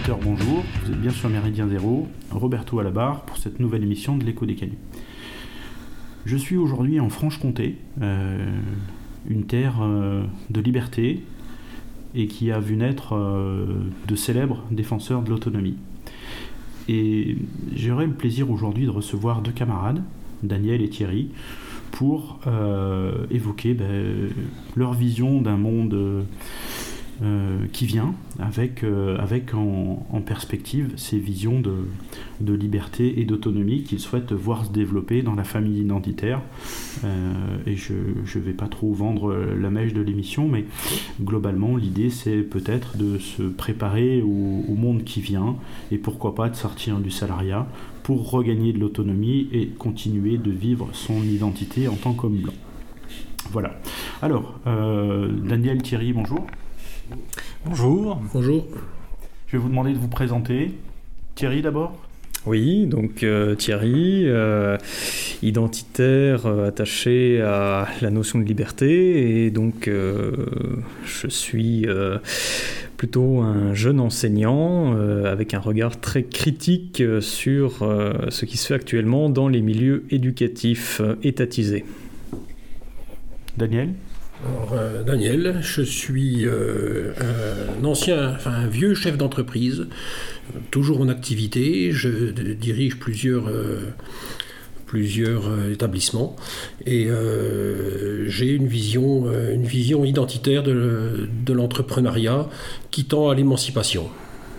auditeurs, bonjour. Vous êtes bien sur Méridien Zéro, Roberto à la barre pour cette nouvelle émission de l'Écho des Canuts. Je suis aujourd'hui en Franche-Comté, une terre de liberté et qui a vu naître de célèbres défenseurs de l'autonomie. Et j'aurai le plaisir aujourd'hui de recevoir deux camarades, Daniel et Thierry, pour évoquer leur vision d'un monde qui vient avec en perspective ces visions de liberté et d'autonomie qu'ils souhaitent voir se développer dans la famille identitaire. Et je ne vais pas trop vendre la mèche de l'émission, mais globalement l'idée c'est peut-être de se préparer au monde qui vient et pourquoi pas de sortir du salariat pour regagner de l'autonomie et continuer de vivre son identité en tant qu'homme blanc. Voilà. Alors, Daniel, Thierry, bonjour. Bonjour. Bonjour. Je vais vous demander de vous présenter. Thierry d'abord. Oui, donc Thierry, identitaire, attaché à la notion de liberté, et donc je suis plutôt un jeune enseignant avec un regard très critique sur ce qui se fait actuellement dans les milieux éducatifs étatisés. Daniel. Alors, Daniel, je suis un vieux chef d'entreprise, toujours en activité. Je dirige plusieurs établissements et j'ai une vision identitaire de l'entrepreneuriat qui tend à l'émancipation.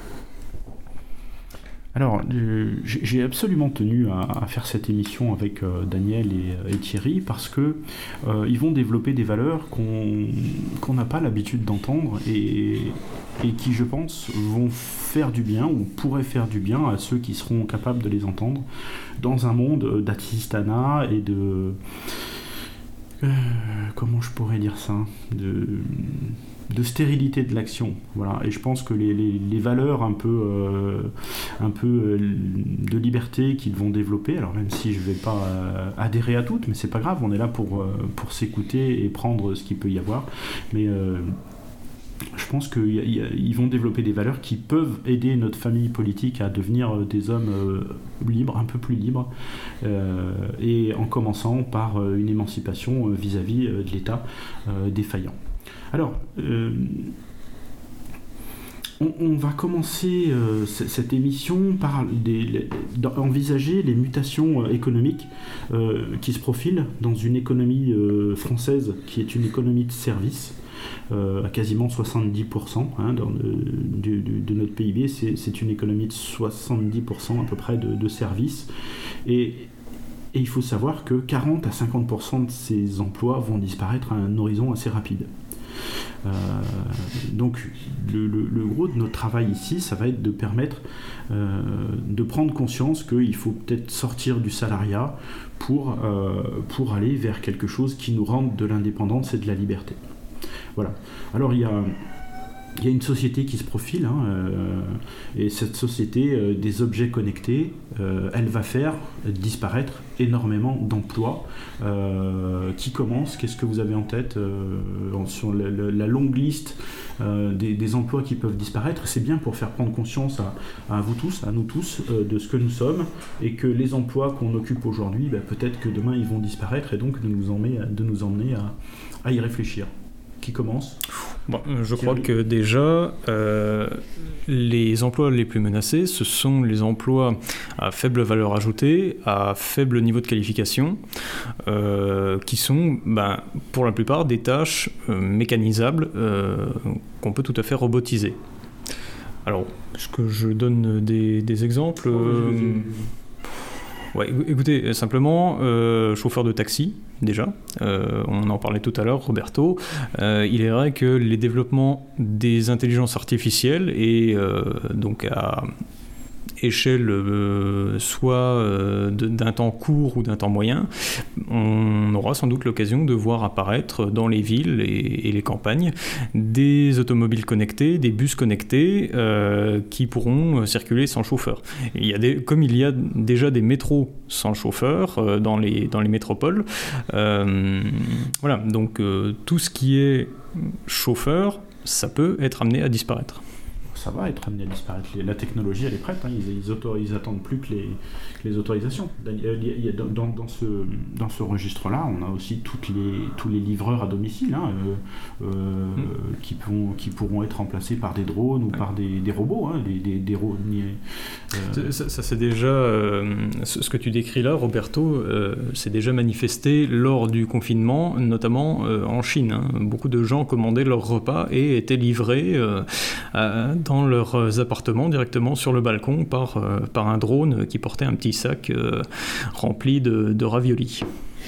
Alors, j'ai absolument tenu à faire cette émission avec Daniel et Thierry parce que ils vont développer des valeurs qu'on n'a pas l'habitude d'entendre et qui, je pense, vont faire du bien ou pourraient faire du bien à ceux qui seront capables de les entendre dans un monde d'assistanat et de... comment je pourrais dire ça ? De stérilité de l'action, voilà. Et je pense que les valeurs un peu de liberté qu'ils vont développer, alors même si je vais pas adhérer à toutes, mais c'est pas grave, on est là pour s'écouter et prendre ce qu'il peut y avoir, mais je pense qu'ils vont développer des valeurs qui peuvent aider notre famille politique à devenir des hommes libres, un peu plus libres, et en commençant par une émancipation vis-à-vis de l'État défaillant. Alors, on va commencer cette émission par envisager les mutations économiques qui se profilent dans une économie française qui est une économie de service. À quasiment 70% de notre PIB, c'est une économie de 70% à peu près de services. Et il faut savoir que 40 à 50% de ces emplois vont disparaître à un horizon assez rapide. Donc le gros de notre travail ici, ça va être de permettre de prendre conscience qu'il faut peut-être sortir du salariat pour aller vers quelque chose qui nous rende de l'indépendance et de la liberté. Voilà. Alors il y a une société qui se profile, et cette société des objets connectés, elle va faire disparaître énormément d'emplois qui commencent. Qu'est-ce que vous avez en tête sur la longue liste des emplois qui peuvent disparaître? C'est bien pour faire prendre conscience à vous tous, à nous tous, de ce que nous sommes, et que les emplois qu'on occupe aujourd'hui, peut-être que demain ils vont disparaître, et donc de nous emmener à y réfléchir. Qui commence ? Bon, je crois que déjà, les emplois les plus menacés, ce sont les emplois à faible valeur ajoutée, à faible niveau de qualification, qui sont, pour la plupart, des tâches mécanisables qu'on peut tout à fait robotiser. Alors, est-ce que je donne des exemples ? Ouais, écoutez, simplement, chauffeur de taxi, déjà, on en parlait tout à l'heure, Roberto, il est vrai que les développements des intelligences artificielles et donc à échelle soit d'un temps court ou d'un temps moyen, on aura sans doute l'occasion de voir apparaître dans les villes et les campagnes des automobiles connectés, des bus connectés qui pourront circuler sans chauffeur. Comme il y a déjà des métros sans chauffeur dans les métropoles, voilà, donc tout ce qui est chauffeur, ça peut être amené à disparaître. ça va être amené à disparaître. La technologie, elle est prête, hein. Ils attendent plus que les autorisations. Dans ce registre-là, on a aussi tous les livreurs à domicile, hein, qui pourront être remplacés par des drones ou par des robots, hein, Ça c'est déjà ce que tu décris là, Roberto, c'est déjà manifesté lors du confinement, notamment en Chine, hein. Beaucoup de gens commandaient leurs repas et étaient livrés dans leurs appartements directement sur le balcon par un drone qui portait un petit sac rempli de raviolis.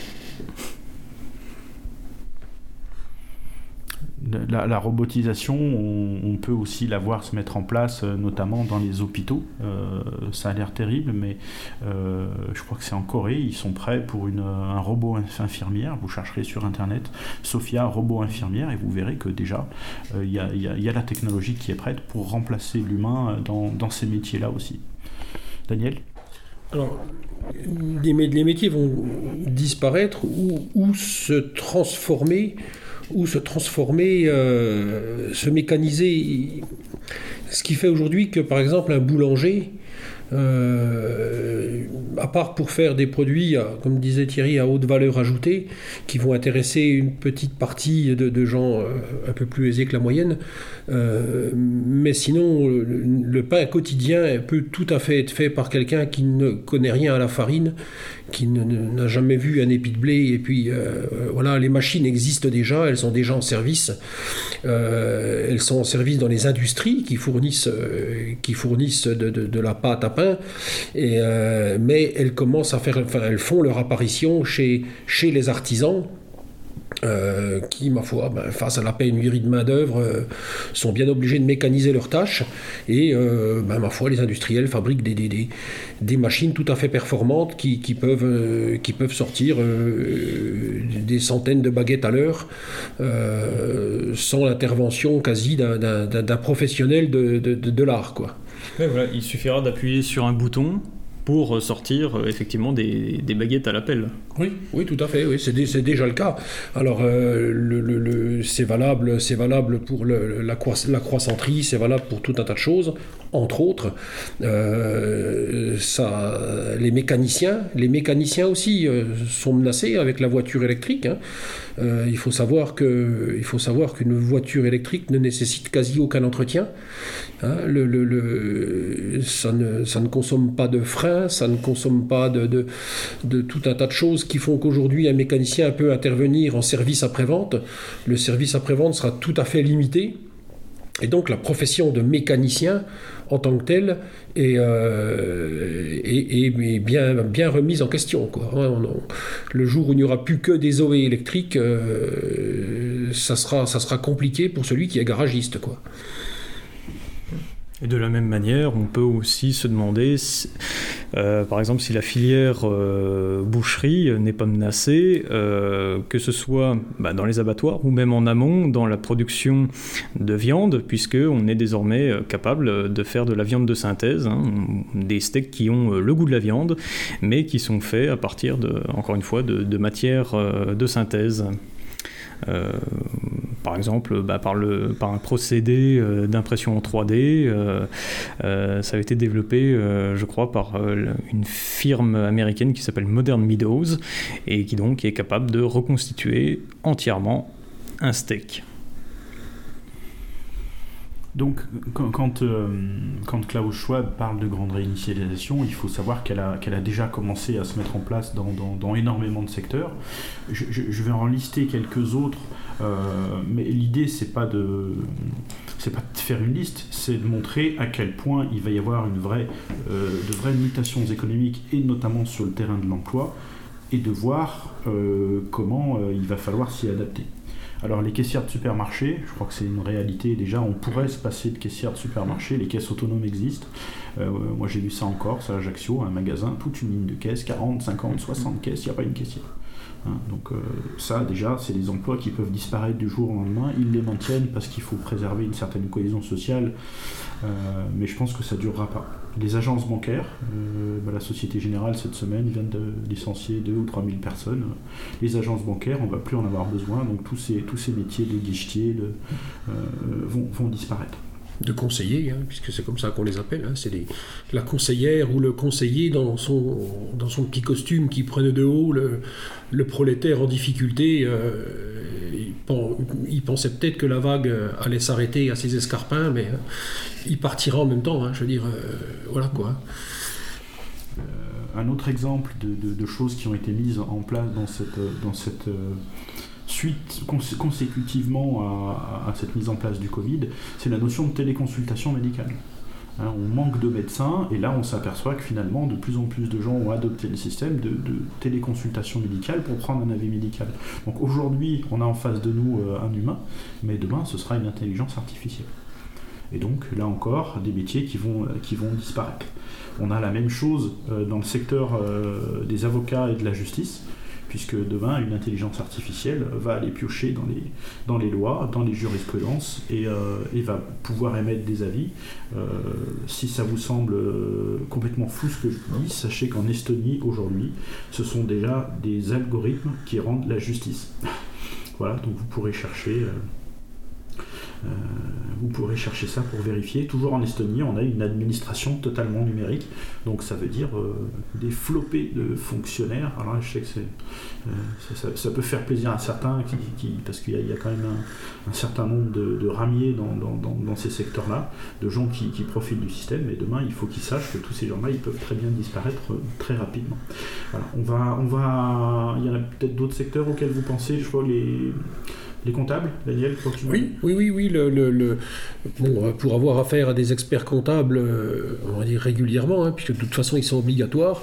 La robotisation, on peut aussi la voir se mettre en place, notamment dans les hôpitaux. Ça a l'air terrible, mais je crois que c'est en Corée. Ils sont prêts pour un robot infirmière. Vous chercherez sur Internet Sophia robot infirmière et vous verrez que déjà, il y a la technologie qui est prête pour remplacer l'humain dans ces métiers-là aussi. Daniel ? Alors, les métiers vont disparaître ou se transformer, se mécaniser. Ce qui fait aujourd'hui que, par exemple, un boulanger, à part pour faire des produits, comme disait Thierry, à haute valeur ajoutée, qui vont intéresser une petite partie de gens un peu plus aisés que la moyenne, mais sinon, le pain quotidien peut tout à fait être fait par quelqu'un qui ne connaît rien à la farine, qui n'a jamais vu un épi de blé, et puis voilà, les machines existent déjà, elles sont déjà en service, elles sont en service dans les industries qui fournissent de la pâte à pain, mais elles commencent elles font leur apparition chez les artisans. Qui, ma foi, face à la pénurie de main-d'œuvre, sont bien obligés de mécaniser leurs tâches. Et, ma foi, les industriels fabriquent des machines tout à fait performantes qui peuvent sortir des centaines de baguettes à l'heure sans l'intervention quasi d'un professionnel de l'art, quoi. Ouais, voilà, il suffira d'appuyer sur un bouton pour sortir effectivement des baguettes à la pelle. Oui, tout à fait. Oui, c'est déjà le cas. Alors, c'est valable pour la croissanterie, c'est valable pour tout un tas de choses. Entre autres, les mécaniciens aussi sont menacés avec la voiture électrique, hein. Il faut savoir qu'une voiture électrique ne nécessite quasi aucun entretien, hein. Ça ne consomme pas de frein, ça ne consomme pas de tout un tas de choses qui font qu'aujourd'hui un mécanicien peut intervenir en service après-vente. Le service après-vente sera tout à fait limité. Et donc la profession de mécanicien en tant que telle est bien remise en question, quoi. Le jour où il n'y aura plus que des OE électriques, ça sera compliqué pour celui qui est garagiste, quoi. Et de la même manière, on peut aussi se demander, par exemple, si la filière boucherie n'est pas menacée, que ce soit dans les abattoirs ou même en amont dans la production de viande, puisqu'on est désormais capable de faire de la viande de synthèse, hein, des steaks qui ont le goût de la viande, mais qui sont faits à partir, encore une fois, de matières de synthèse. Par exemple, par un procédé d'impression en 3D, ça a été développé, je crois, par une firme américaine qui s'appelle Modern Meadows et qui donc est capable de reconstituer entièrement un steak. Donc, quand Klaus Schwab parle de grande réinitialisation, il faut savoir qu'elle a déjà commencé à se mettre en place dans énormément de secteurs. Je vais en lister quelques autres, mais l'idée, c'est pas de faire une liste, c'est de montrer à quel point il va y avoir de vraies mutations économiques, et notamment sur le terrain de l'emploi, et de voir comment il va falloir s'y adapter. Alors les caissières de supermarché, je crois que c'est une réalité déjà, on pourrait se passer de caissières de supermarché, les caisses autonomes existent. Moi j'ai vu ça en Corse, à Ajaccio, un magasin, toute une ligne de caisses, 40, 50, 60 caisses, il n'y a pas une caissière. Hein, donc ça déjà, c'est des emplois qui peuvent disparaître du jour au lendemain, ils les maintiennent parce qu'il faut préserver une certaine cohésion sociale, mais je pense que ça ne durera pas. Les agences bancaires, la Société Générale cette semaine vient de licencier 2 ou 3 000 personnes. Les agences bancaires, on ne va plus en avoir besoin, donc tous ces métiers de guichetier vont disparaître. de conseillers, puisque c'est comme ça qu'on les appelle. C'est la conseillère ou le conseiller dans son petit costume qui prenait de haut le prolétaire en difficulté. Il pensait peut-être que la vague allait s'arrêter à ses escarpins, mais il partira en même temps. Je veux dire, voilà quoi. Un autre exemple de choses qui ont été mises en place dans cette suite consécutivement à cette mise en place du Covid, c'est la notion de téléconsultation médicale. On manque de médecins et là on s'aperçoit que finalement de plus en plus de gens ont adopté le système de téléconsultation médicale pour prendre un avis médical. Donc aujourd'hui on a en face de nous un humain, mais demain ce sera une intelligence artificielle. Et donc là encore des métiers qui vont disparaître. On a la même chose dans le secteur des avocats et de la justice, puisque demain, une intelligence artificielle va aller piocher dans les lois, dans les jurisprudences, et va pouvoir émettre des avis. Si ça vous semble complètement fou ce que je vous dis, sachez qu'en Estonie, aujourd'hui, ce sont déjà des algorithmes qui rendent la justice. Voilà, donc vous pourrez chercher... ça pour vérifier. Toujours en Estonie, on a une administration totalement numérique, donc ça veut dire des flopées de fonctionnaires. Alors là, je sais que ça peut faire plaisir à certains, parce qu'il y a quand même un certain nombre de ramiers dans ces secteurs-là, de gens qui profitent du système, mais demain, il faut qu'ils sachent que tous ces gens-là, ils peuvent très bien disparaître très rapidement. Voilà, il y en a peut-être d'autres secteurs auxquels vous pensez, je vois les comptables, Daniel, Oui. Bon, pour avoir affaire à des experts comptables, on va dire régulièrement, puisque de toute façon ils sont obligatoires,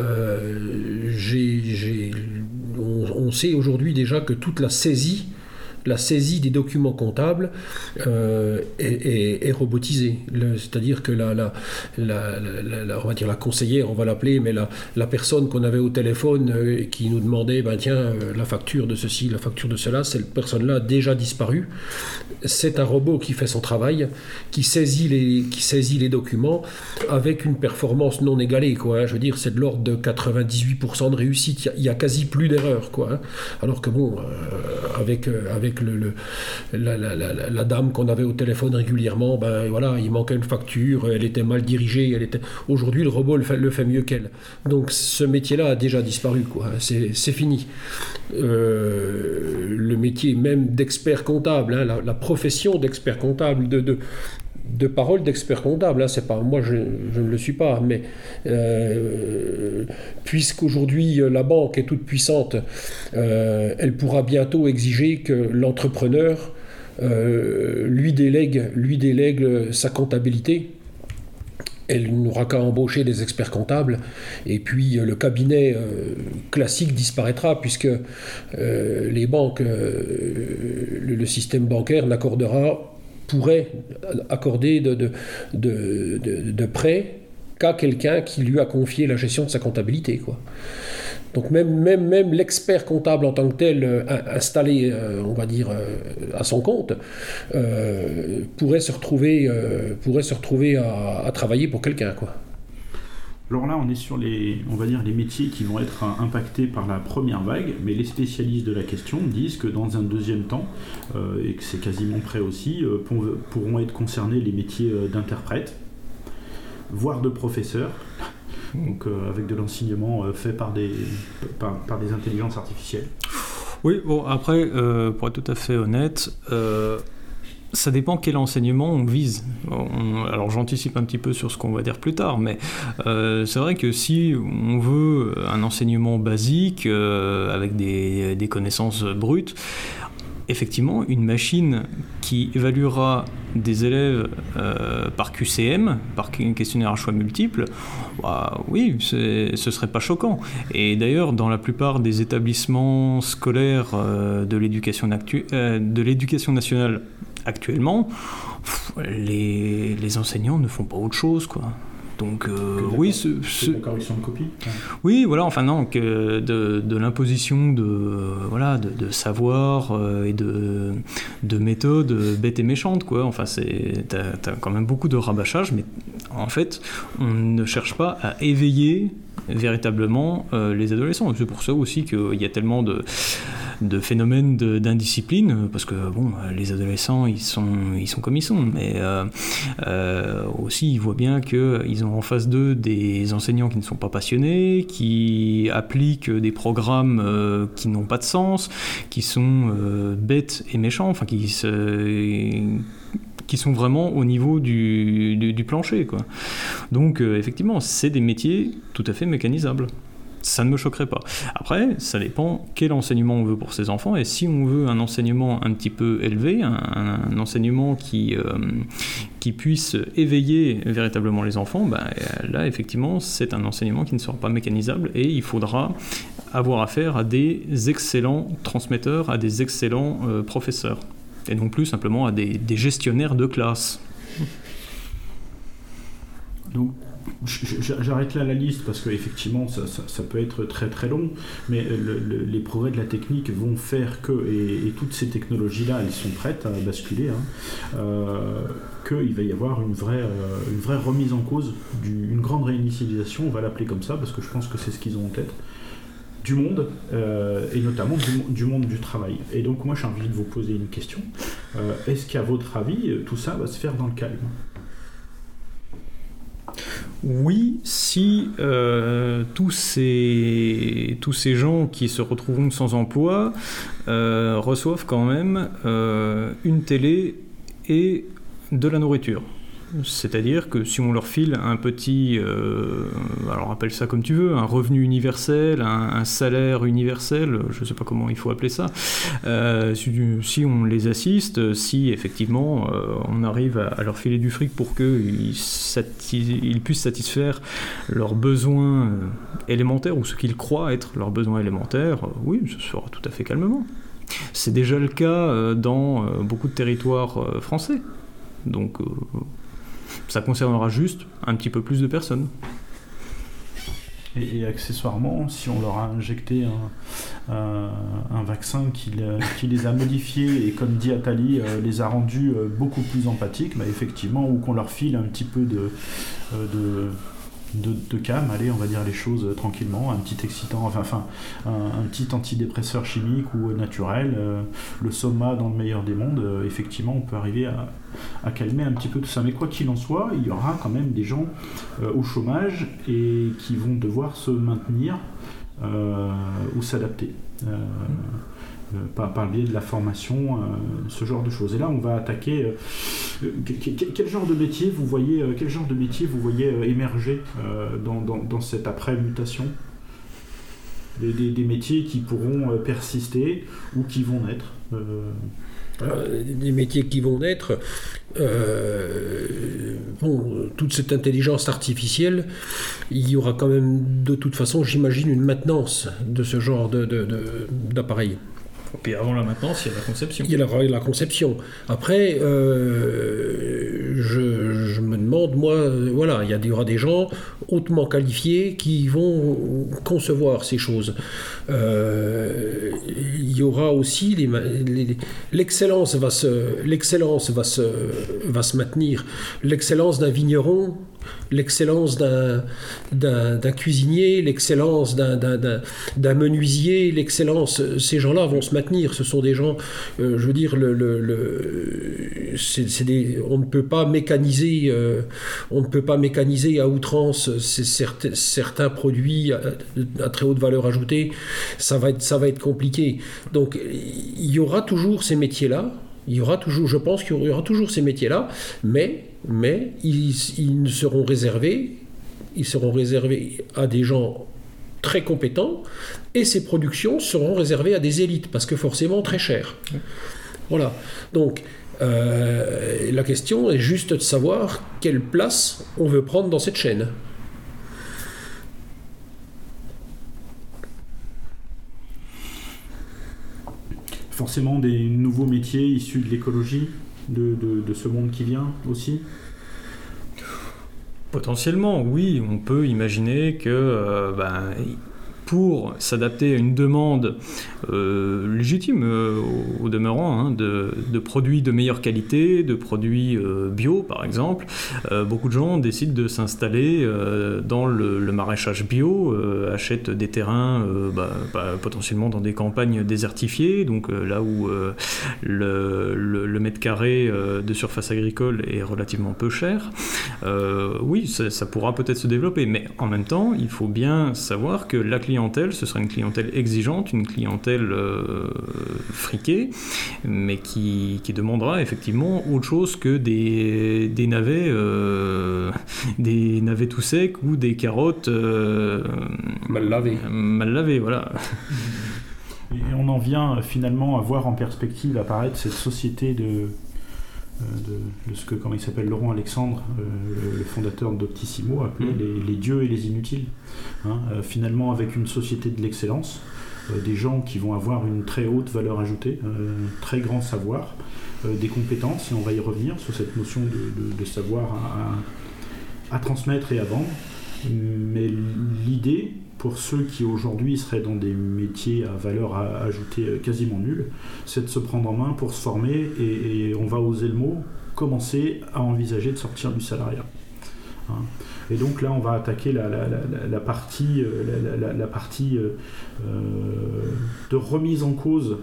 on sait aujourd'hui déjà que toute la saisie des documents comptables est robotisée. C'est-à-dire que on va dire la conseillère, on va l'appeler, mais la personne qu'on avait au téléphone qui nous demandait, la facture de ceci, la facture de cela, cette personne-là a déjà disparu. C'est un robot qui fait son travail, qui saisit les documents avec une performance non égalée, quoi. Je veux dire, c'est de l'ordre de 98% de réussite. Il y a quasi plus d'erreurs, quoi. Alors que bon, avec la dame qu'on avait au téléphone régulièrement, il manquait une facture, elle était mal dirigée, aujourd'hui le robot le fait mieux qu'elle. Donc ce métier-là a déjà disparu, quoi. C'est fini. Le métier même d'expert comptable, la profession d'expert comptable, de parole d'expert comptable, c'est pas moi, je ne le suis pas, mais puisqu'aujourd'hui la banque est toute puissante, elle pourra bientôt exiger que l'entrepreneur lui délègue sa comptabilité. Elle n'aura qu'à embaucher des experts comptables, et puis le cabinet classique disparaîtra, puisque les banques, le système bancaire pourrait accorder de prêts qu'à quelqu'un qui lui a confié la gestion de sa comptabilité, quoi. Donc même l'expert comptable en tant que tel, installé, on va dire, à son compte, pourrait se retrouver à travailler pour quelqu'un, quoi. Alors là, on est sur les métiers qui vont être impactés par la première vague, mais les spécialistes de la question disent que dans un deuxième temps, et que c'est quasiment prêt aussi, pourront être concernés les métiers d'interprète, voire de professeur, donc avec de l'enseignement fait par des intelligences artificielles. Oui, bon, après, pour être tout à fait honnête, ça dépend quel enseignement on vise. Alors j'anticipe un petit peu sur ce qu'on va dire plus tard, mais c'est vrai que si on veut un enseignement basique, avec des connaissances brutes, effectivement, une machine qui évaluera des élèves par QCM, par questionnaire à choix multiples, oui, ce serait pas choquant. Et d'ailleurs, dans la plupart des établissements scolaires de l'éducation nationale actuellement, les enseignants ne font pas autre chose, quoi. Donc oui, c'est la correction de copie. Oui, voilà, enfin non, que de l'imposition de savoir et de méthodes bêtes et méchantes, quoi. Enfin, t'as quand même beaucoup de rabâchage, mais en fait, on ne cherche pas à éveiller véritablement les adolescents. C'est pour ça aussi qu'il y a tellement de phénomènes d'indiscipline, parce que bon, les adolescents, ils sont comme ils sont, mais aussi ils voient bien qu'ils ont en face d'eux des enseignants qui ne sont pas passionnés, qui appliquent des programmes qui n'ont pas de sens, qui sont bêtes et méchants, enfin qui sont vraiment au niveau du plancher, quoi. Donc effectivement, c'est des métiers tout à fait mécanisables. Ça ne me choquerait pas. Après, ça dépend quel enseignement on veut pour ses enfants, et si on veut un enseignement un petit peu élevé, un enseignement qui puisse éveiller véritablement les enfants, là, effectivement, c'est un enseignement qui ne sera pas mécanisable, et il faudra avoir affaire à des excellents transmetteurs, à des excellents professeurs, et non plus simplement à des gestionnaires de classe. Donc, j'arrête là la liste parce qu'effectivement ça peut être très très long, mais les progrès de la technique vont faire que, et toutes ces technologies-là, elles sont prêtes à basculer, qu'il va y avoir une vraie remise en cause, une grande réinitialisation, on va l'appeler comme ça, parce que je pense que c'est ce qu'ils ont en tête, du monde, et notamment du monde du travail. Et donc moi j'ai envie de vous poser une question. Est-ce qu'à votre avis, tout ça va se faire dans le calme ? Oui, si tous ces gens qui se retrouveront sans emploi reçoivent quand même une télé et de la nourriture. C'est-à-dire que si on leur file un petit, alors appelle ça comme tu veux, un revenu universel, un salaire universel, je ne sais pas comment il faut appeler ça, si on les assiste, si effectivement on arrive à leur filer du fric pour qu'ils puissent satisfaire leurs besoins élémentaires, ou ce qu'ils croient être leurs besoins élémentaires, oui, ça se fera tout à fait calmement. C'est déjà le cas dans beaucoup de territoires français. Donc ça concernera juste un petit peu plus de personnes. Et accessoirement, si on leur a injecté un vaccin qui les a modifiés et, comme dit Attali, les a rendus beaucoup plus empathiques, effectivement, ou qu'on leur file un petit peu de calme, allez, on va dire les choses tranquillement, un petit excitant, un petit antidépresseur chimique ou naturel, le Soma dans le meilleur des mondes, effectivement on peut arriver à calmer un petit peu tout ça. Mais quoi qu'il en soit, il y aura quand même des gens au chômage et qui vont devoir se maintenir ou s'adapter. Par le biais de la formation, ce genre de choses. Et là, on va attaquer quel genre de métier vous voyez émerger dans cette après-mutation, des métiers qui pourront persister ou qui vont naître. Des métiers qui vont naître, toute cette intelligence artificielle, il y aura quand même de toute façon, j'imagine, une maintenance de ce genre d'appareil. Et puis avant la maintenance, il y a la conception. Il y a la conception. Après, je me demande, moi, voilà, il y aura des gens hautement qualifiés qui vont concevoir ces choses. Il y aura aussi l'excellence va se maintenir. L'excellence d'un vigneron, l'excellence d'un cuisinier, l'excellence d'un menuisier, l'excellence, ces gens-là vont se maintenir. Ce sont des gens, je veux dire, on ne peut pas mécaniser à outrance certains produits à très haute valeur ajoutée. Ça va être compliqué. Donc il y aura toujours ces métiers-là. Je pense qu'il y aura toujours ces métiers-là, mais ils seront réservés à des gens très compétents, et ces productions seront réservées à des élites, parce que forcément très chères. Voilà. Donc la question est juste de savoir quelle place on veut prendre dans cette chaîne. Forcément des nouveaux métiers issus de l'écologie, de ce monde qui vient aussi. Potentiellement, oui, on peut imaginer que pour s'adapter à une demande légitime au demeurant, hein, de produits de meilleure qualité, de produits bio par exemple. Beaucoup de gens décident de s'installer dans le maraîchage bio, achètent des terrains potentiellement dans des campagnes désertifiées, donc là où le mètre carré de surface agricole est relativement peu cher. Oui, ça pourra peut-être se développer, mais en même temps, il faut bien savoir que la clientèle, ce sera une clientèle exigeante, une clientèle friquée, mais qui demandera effectivement autre chose que des navets tout secs ou des carottes mal lavées, voilà. Et on en vient finalement à voir en perspective apparaître cette société de ce que, comment il s'appelle, Laurent Alexandre, le fondateur d'Optissimo, appelait les dieux et les inutiles. Hein, finalement, avec une société de l'excellence, des gens qui vont avoir une très haute valeur ajoutée, très grand savoir, des compétences, et on va y revenir sur cette notion de savoir à transmettre et à vendre. Mais l'idée, pour ceux qui aujourd'hui seraient dans des métiers à valeur ajoutée quasiment nulle, c'est de se prendre en main pour se former et on va oser le mot, commencer à envisager de sortir du salariat. Hein. Et donc là, on va attaquer la partie de remise en cause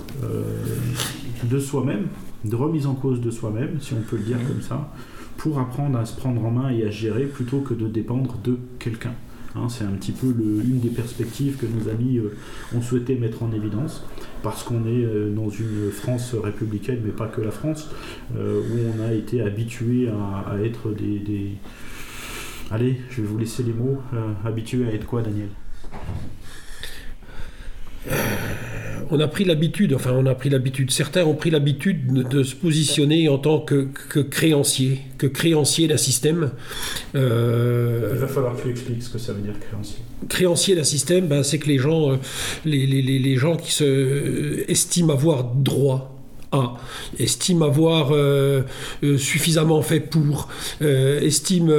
de soi-même, si on peut le dire comme ça, pour apprendre à se prendre en main et à gérer plutôt que de dépendre de quelqu'un. Hein, c'est un petit peu une des perspectives que nos amis ont souhaité mettre en évidence, parce qu'on est dans une France républicaine, mais pas que la France, où on a été habitué à être des... Allez, je vais vous laisser les mots. Habitué à être quoi, Daniel ? On a pris l'habitude, certains ont pris l'habitude de se positionner en tant que créancier d'un système. Il va falloir que tu expliques ce que ça veut dire, créancier. Créancier d'un système, c'est que les gens qui estiment avoir droit estime avoir suffisamment fait pour, estime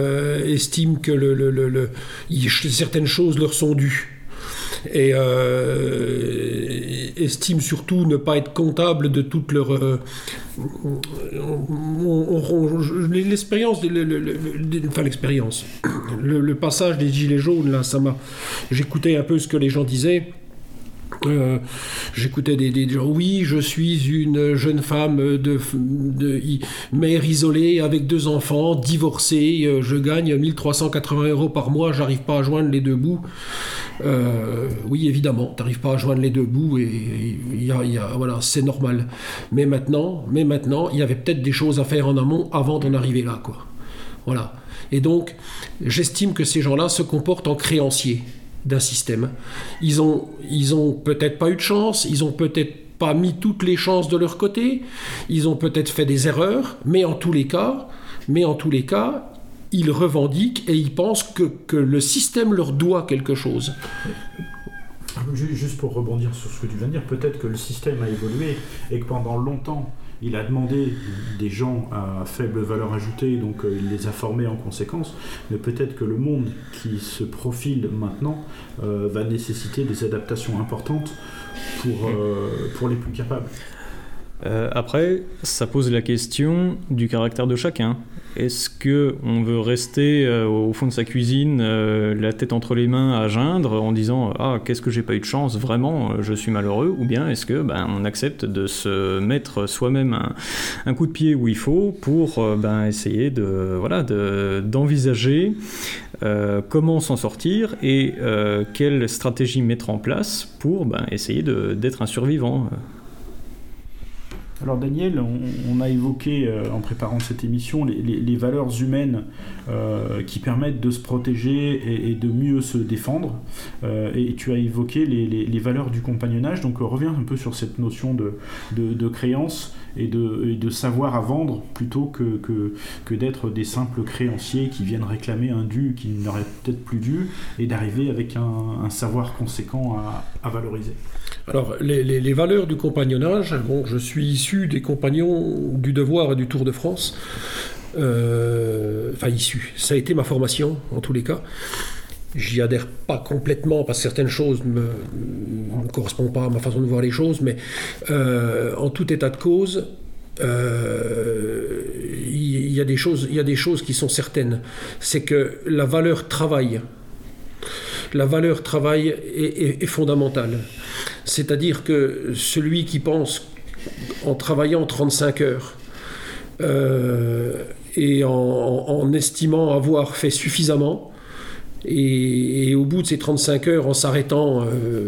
que certaines choses leur sont dues. Et estime surtout ne pas être comptable de toute leur le passage des gilets jaunes là, j'écoutais un peu ce que les gens disaient. J'écoutais des gens, oui, je suis une jeune femme mère isolée avec 2 enfants, divorcée, je gagne 1380 € par mois, j'arrive pas à joindre les 2 bouts. Oui, évidemment, t'arrives pas à joindre les 2 bouts et voilà, c'est normal. Mais maintenant, il y avait peut-être des choses à faire en amont avant d'en arriver là, quoi. Voilà. Et donc, j'estime que ces gens-là se comportent en créanciers d'un système. Ils ont peut-être pas eu de chance, ils ont peut-être pas mis toutes les chances de leur côté, ils ont peut-être fait des erreurs, mais en tous les cas, ils revendiquent et ils pensent que le système leur doit quelque chose. Juste pour rebondir sur ce que tu viens de dire, peut-être que le système a évolué et que pendant longtemps, il a demandé des gens à faible valeur ajoutée, donc il les a formés en conséquence, mais peut-être que le monde qui se profile maintenant va nécessiter des adaptations importantes pour les plus capables. Après, ça pose la question du caractère de chacun. Est-ce qu'on veut rester au fond de sa cuisine, la tête entre les mains à geindre, en disant « Ah, qu'est-ce que j'ai pas eu de chance, vraiment, je suis malheureux » ou bien est-ce que on accepte de se mettre soi-même un coup de pied où il faut pour essayer d'envisager comment s'en sortir et quelle stratégie mettre en place pour essayer d'être un survivant. Alors Daniel, on a évoqué en préparant cette émission les valeurs humaines qui permettent de se protéger et de mieux se défendre. Et tu as évoqué les valeurs du compagnonnage. Donc reviens un peu sur cette notion de créance et de savoir à vendre plutôt que d'être des simples créanciers qui viennent réclamer un dû qui n'aurait peut-être plus dû et d'arriver avec un savoir conséquent à valoriser. Alors, les valeurs du compagnonnage, je suis issu des compagnons du Devoir et du Tour de France. Issu. Ça a été ma formation, en tous les cas. j'y adhère pas complètement parce que certaines choses ne correspondent pas à ma façon de voir les choses, mais en tout état de cause, il y a des choses qui sont certaines. C'est que la valeur travail est fondamentale. C'est-à-dire que celui qui pense en travaillant 35 heures et en estimant avoir fait suffisamment, et au bout de ces 35 heures, en s'arrêtant,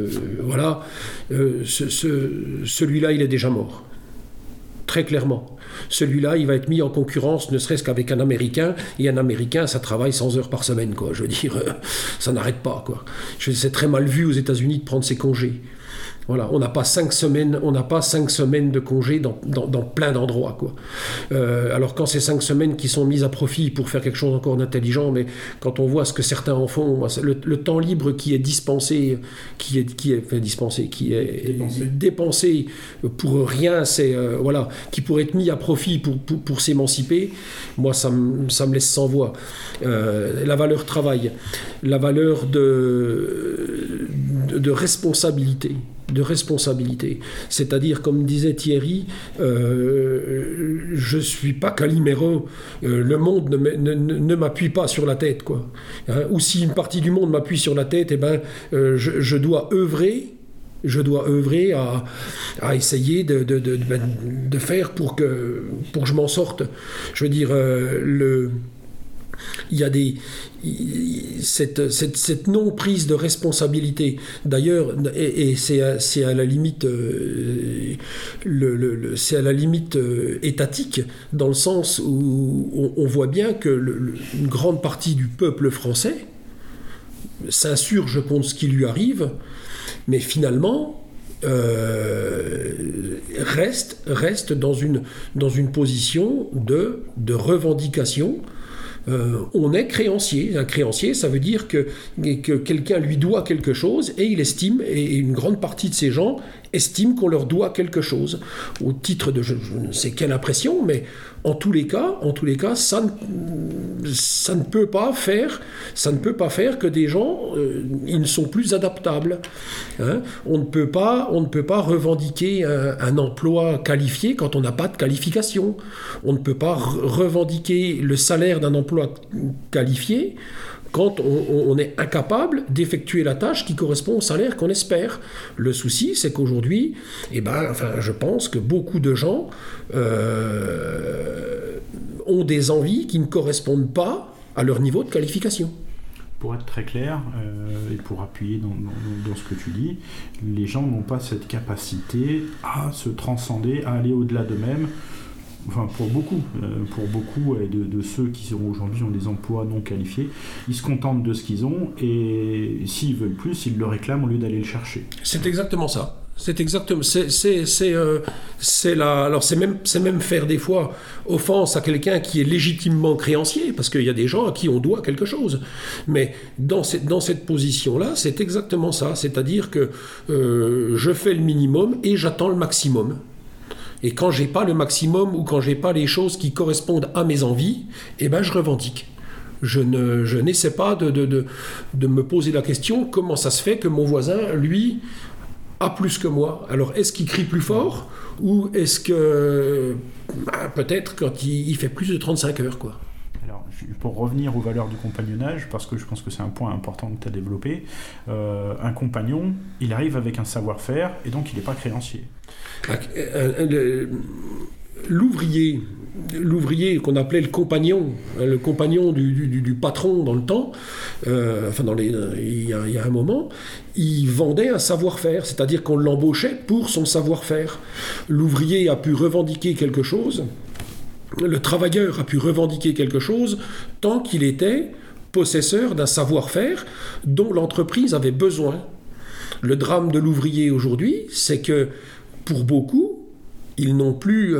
celui-là, il est déjà mort. Très clairement. Celui-là, il va être mis en concurrence, ne serait-ce qu'avec un Américain, et un Américain, ça travaille 100 heures par semaine, quoi. Je veux dire, ça n'arrête pas, quoi. C'est très mal vu aux États-Unis de prendre ses congés. Voilà, on n'a pas 5 semaines de congé dans plein d'endroits, quoi. Alors quand c'est 5 semaines qui sont mises à profit pour faire quelque chose encore d'intelligent, mais quand on voit ce que certains en font, le temps libre qui est dispensé, qui est dépensé pour rien, qui pourrait être mis à profit pour s'émanciper, moi ça me laisse sans voix. La valeur travail, la valeur de responsabilité. C'est-à-dire, comme disait Thierry, je suis pas Calimero, le monde ne m'appuie pas sur la tête, quoi. Hein, ou si une partie du monde m'appuie sur la tête, je dois œuvrer à essayer de faire pour que je m'en sorte. Je veux dire, il y a cette non prise de responsabilité. D'ailleurs, et c'est à la limite étatique, dans le sens où on voit bien que une grande partie du peuple français s'insurge contre ce qui lui arrive, mais finalement reste dans une position de revendication. On est créancier. Un créancier, ça veut dire que quelqu'un lui doit quelque chose et il estime, et une grande partie de ces gens estiment qu'on leur doit quelque chose au titre de je ne sais quelle impression, mais en tous les cas, ça ne peut pas faire que des gens ils ne sont plus adaptables. Hein, on ne peut pas revendiquer un emploi qualifié quand on n'a pas de qualification. On ne peut pas revendiquer le salaire d'un emploi qualifié quand on est incapable d'effectuer la tâche qui correspond au salaire qu'on espère. Le souci, c'est qu'aujourd'hui, je pense que beaucoup de gens ont des envies qui ne correspondent pas à leur niveau de qualification. Pour être très clair, et pour appuyer dans ce que tu dis, les gens n'ont pas cette capacité à se transcender, à aller au-delà d'eux-mêmes. Enfin, pour beaucoup de ceux qui aujourd'hui ont des emplois non qualifiés, ils se contentent de ce qu'ils ont, et s'ils veulent plus, ils le réclament au lieu d'aller le chercher. C'est exactement ça. Alors c'est même faire des fois offense à quelqu'un qui est légitimement créancier, parce qu'il y a des gens à qui on doit quelque chose. Mais dans cette position-là, c'est exactement ça. C'est-à-dire que je fais le minimum et j'attends le maximum. Et quand j'ai pas le maximum, ou quand j'ai pas les choses qui correspondent à mes envies, je revendique. Je n'essaie pas de me poser la question, comment ça se fait que mon voisin, lui, a plus que moi. Alors, est-ce qu'il crie plus fort, ou est-ce que peut-être quand il fait plus de 35 heures, quoi. Alors, pour revenir aux valeurs du compagnonnage, parce que je pense que c'est un point important que tu as développé, un compagnon, il arrive avec un savoir-faire, et donc il n'est pas créancier. L'ouvrier qu'on appelait le compagnon du patron dans le temps, il y a un moment, il vendait un savoir-faire, c'est-à-dire qu'on l'embauchait pour son savoir-faire. L'ouvrier a pu revendiquer quelque chose, le travailleur a pu revendiquer quelque chose tant qu'il était possesseur d'un savoir-faire dont l'entreprise avait besoin. Le drame de l'ouvrier aujourd'hui, c'est que pour beaucoup, ils n'ont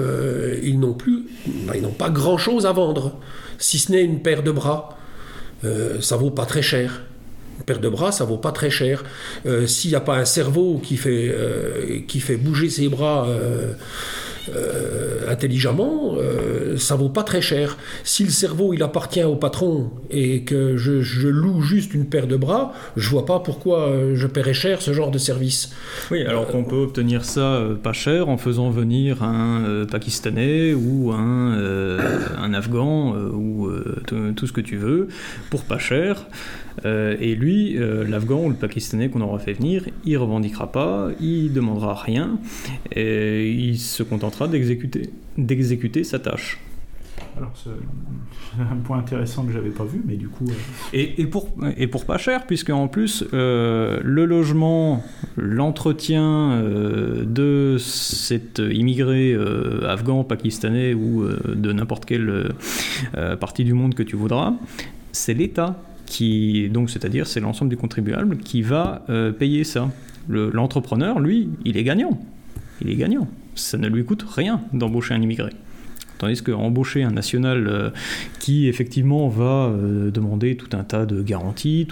pas grand-chose à vendre, si ce n'est une paire de bras. Ça vaut pas très cher. Une paire de bras, ça vaut pas très cher. S'il n'y a pas un cerveau qui fait bouger ses bras intelligemment, ça vaut pas très cher. Si le cerveau il appartient au patron et que je loue juste une paire de bras, je vois pas pourquoi je paierais cher ce genre de service. Oui, alors qu'on peut obtenir ça pas cher en faisant venir un Pakistanais ou un Afghan ou tout ce que tu veux pour pas cher. Et lui, l'Afghan ou le Pakistanais qu'on aura fait venir, il revendiquera pas, il demandera rien, et il se contentera d'exécuter sa tâche. Alors c'est un point intéressant que j'avais pas vu, mais du coup... Et pour pas cher, puisque en plus, le logement, l'entretien de cet immigré afghan, pakistanais ou de n'importe quelle partie du monde que tu voudras, c'est l'État. Donc c'est-à-dire c'est l'ensemble du contribuable qui va payer ça. L'entrepreneur, lui, il est gagnant. Ça ne lui coûte rien d'embaucher un immigré. Tandis qu'embaucher un national qui effectivement va demander tout un tas de garanties,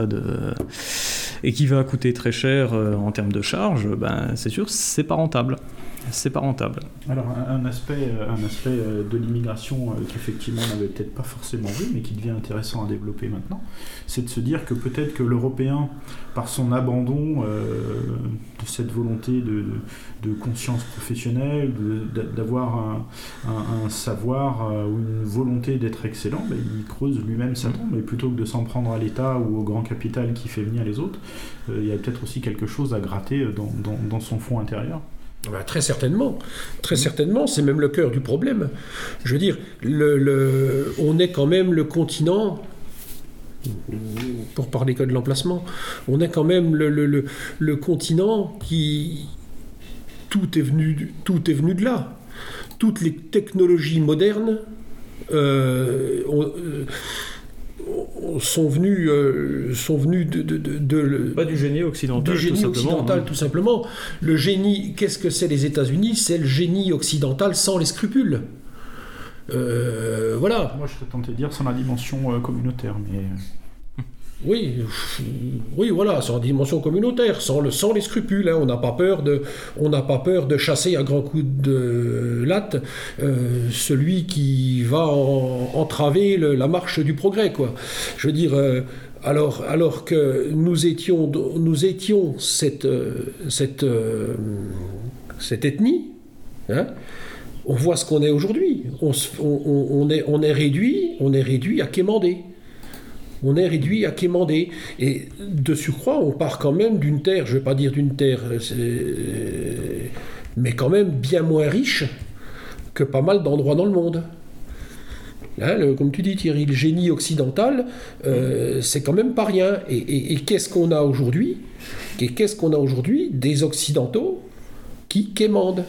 et qui va coûter très cher en termes de charges, c'est sûr, c'est pas rentable. Alors un aspect de l'immigration qu'effectivement on n'avait peut-être pas forcément vu, mais qui devient intéressant à développer maintenant, c'est de se dire que peut-être que l'Européen, par son abandon de cette volonté de conscience professionnelle, d'avoir un savoir ou une volonté d'être excellent, il creuse lui-même sa tombe, et plutôt que de s'en prendre à l'État ou au grand capital qui fait venir les autres, il y a peut-être aussi quelque chose à gratter dans son fond intérieur. Très certainement, c'est même le cœur du problème. Je veux dire, on est quand même le continent, pour parler que de l'emplacement, on est quand même le continent qui... Tout est venu de là. Toutes les technologies modernes sont venues de pas du génie occidental, tout simplement. Le génie, qu'est-ce que c'est les États-Unis? C'est le génie occidental sans les scrupules. Voilà. Moi, je serais tenté de dire sans la dimension communautaire, mais... Oui, voilà, sans dimension communautaire, sans les scrupules. Hein. On n'a pas peur de chasser à grands coups de latte celui qui va entraver la marche du progrès, quoi. Je veux dire, alors que nous étions cette ethnie, hein, on voit ce qu'on est aujourd'hui. On est réduit à quémander. Et de surcroît, on part quand même d'une terre, je ne vais pas dire d'une terre, mais quand même bien moins riche que pas mal d'endroits dans le monde. Hein, comme tu dis Thierry, le génie occidental, c'est quand même pas rien. Et qu'est-ce qu'on a aujourd'hui? Des Occidentaux qui quémandent.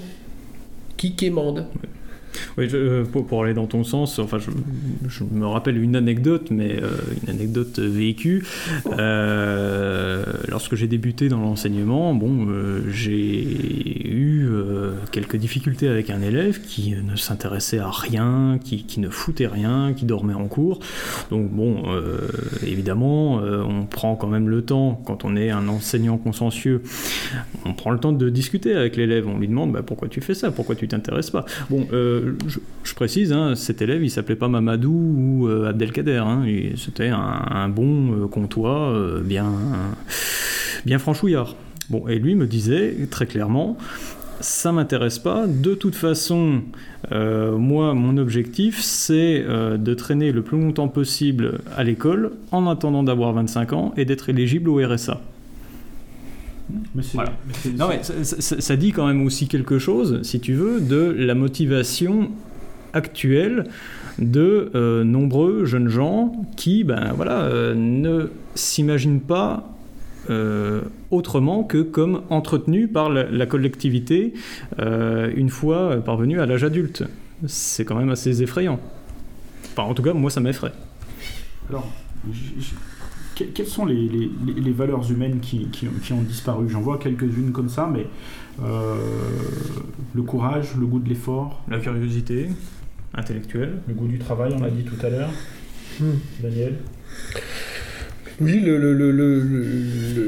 Oui, pour aller dans ton sens, enfin, je me rappelle une anecdote, mais une anecdote vécue. Lorsque j'ai débuté dans l'enseignement, j'ai eu quelques difficultés avec un élève qui ne s'intéressait à rien, qui ne foutait rien, qui dormait en cours. Donc évidemment, on prend quand même le temps, quand on est un enseignant consciencieux, on prend le temps de discuter avec l'élève. On lui demande pourquoi tu fais ça, pourquoi tu t'intéresses pas. Je précise, hein, cet élève, il s'appelait pas Mamadou ou Abdelkader. Hein, c'était un bon comtois, bien franchouillard. Et lui me disait très clairement, ça m'intéresse pas. De toute façon, moi, mon objectif, c'est de traîner le plus longtemps possible à l'école en attendant d'avoir 25 ans et d'être éligible au RSA. Voilà. Ça dit quand même aussi quelque chose, si tu veux, de la motivation actuelle de nombreux jeunes gens qui ne s'imaginent pas autrement que comme entretenus par la collectivité une fois parvenus à l'âge adulte. C'est quand même assez effrayant. Enfin, en tout cas, moi, ça m'effraie. Alors, quelles sont les valeurs humaines qui ont disparu? J'en vois quelques-unes comme ça, mais le courage, le goût de l'effort, la curiosité intellectuelle, le goût du travail, on l'a dit tout à l'heure. Daniel? Oui,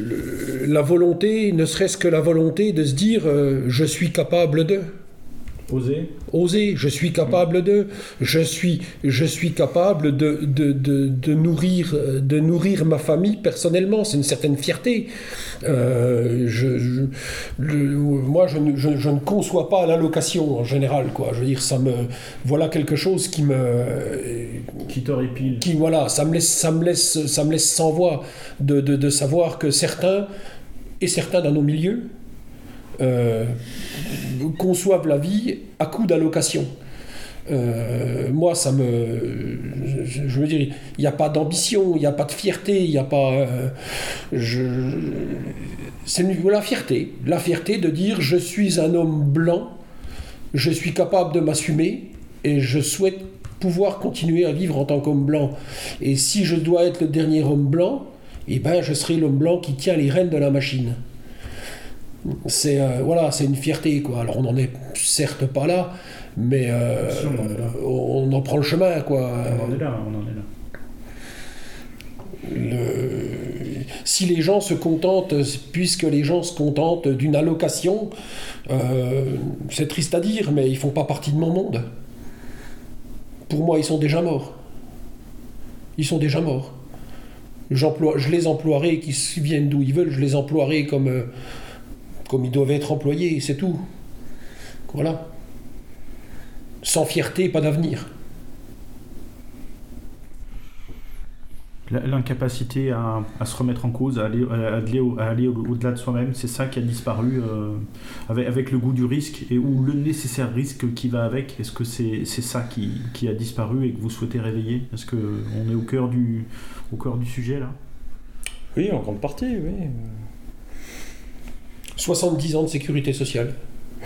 la volonté, ne serait-ce que la volonté de se dire je suis capable de. Oser, je suis capable je suis capable de nourrir ma famille personnellement, c'est une certaine fierté. Moi, je ne conçois pas l'allocation en général, quoi. Je veux dire, voilà quelque chose qui t'horripile. Voilà, ça me laisse sans voix de savoir que certains dans nos milieux conçoivent la vie à coup d'allocation. Moi, je veux dire, il n'y a pas d'ambition, il n'y a pas de fierté, il n'y a pas... c'est la fierté de dire je suis un homme blanc, je suis capable de m'assumer et je souhaite pouvoir continuer à vivre en tant qu'homme blanc. Et si je dois être le dernier homme blanc, eh ben, je serai l'homme blanc qui tient les rênes de la machine. C'est une fierté, quoi. Alors on n'en est certes pas là, mais on en prend le chemin, quoi. On en est là. Si les gens se contentent, puisque les gens se contentent d'une allocation, c'est triste à dire, mais ils font pas partie de mon monde. Pour moi, ils sont déjà morts. Je les emploierai, qu'ils viennent d'où ils veulent, je les emploierai comme ils doivent être employés, c'est tout. Voilà. Sans fierté, pas d'avenir. L'incapacité à se remettre en cause, à aller au-delà de soi-même, c'est ça qui a disparu avec le goût du risque ou le nécessaire risque qui va avec. Est-ce que c'est ça qui a disparu et que vous souhaitez réveiller? Est-ce qu'on est au cœur du sujet là? Oui, en grande partie, oui. 70 ans de sécurité sociale.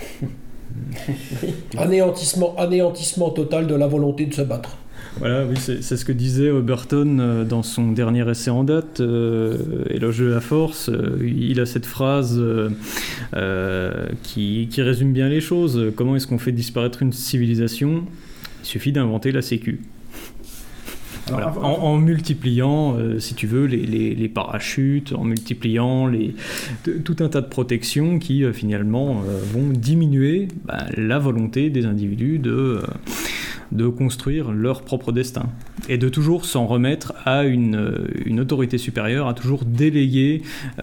Anéantissement total de la volonté de se battre. Voilà, oui, c'est ce que disait Burton dans son dernier essai en date, Éloge de la force. Il a cette phrase qui résume bien les choses. Comment est-ce qu'on fait disparaître une civilisation? Il suffit d'inventer la sécu. Voilà. En multipliant, si tu veux, les parachutes, en multipliant tout un tas de protections qui finalement vont diminuer la volonté des individus de construire leur propre destin et de toujours s'en remettre à une autorité supérieure, à toujours déléguer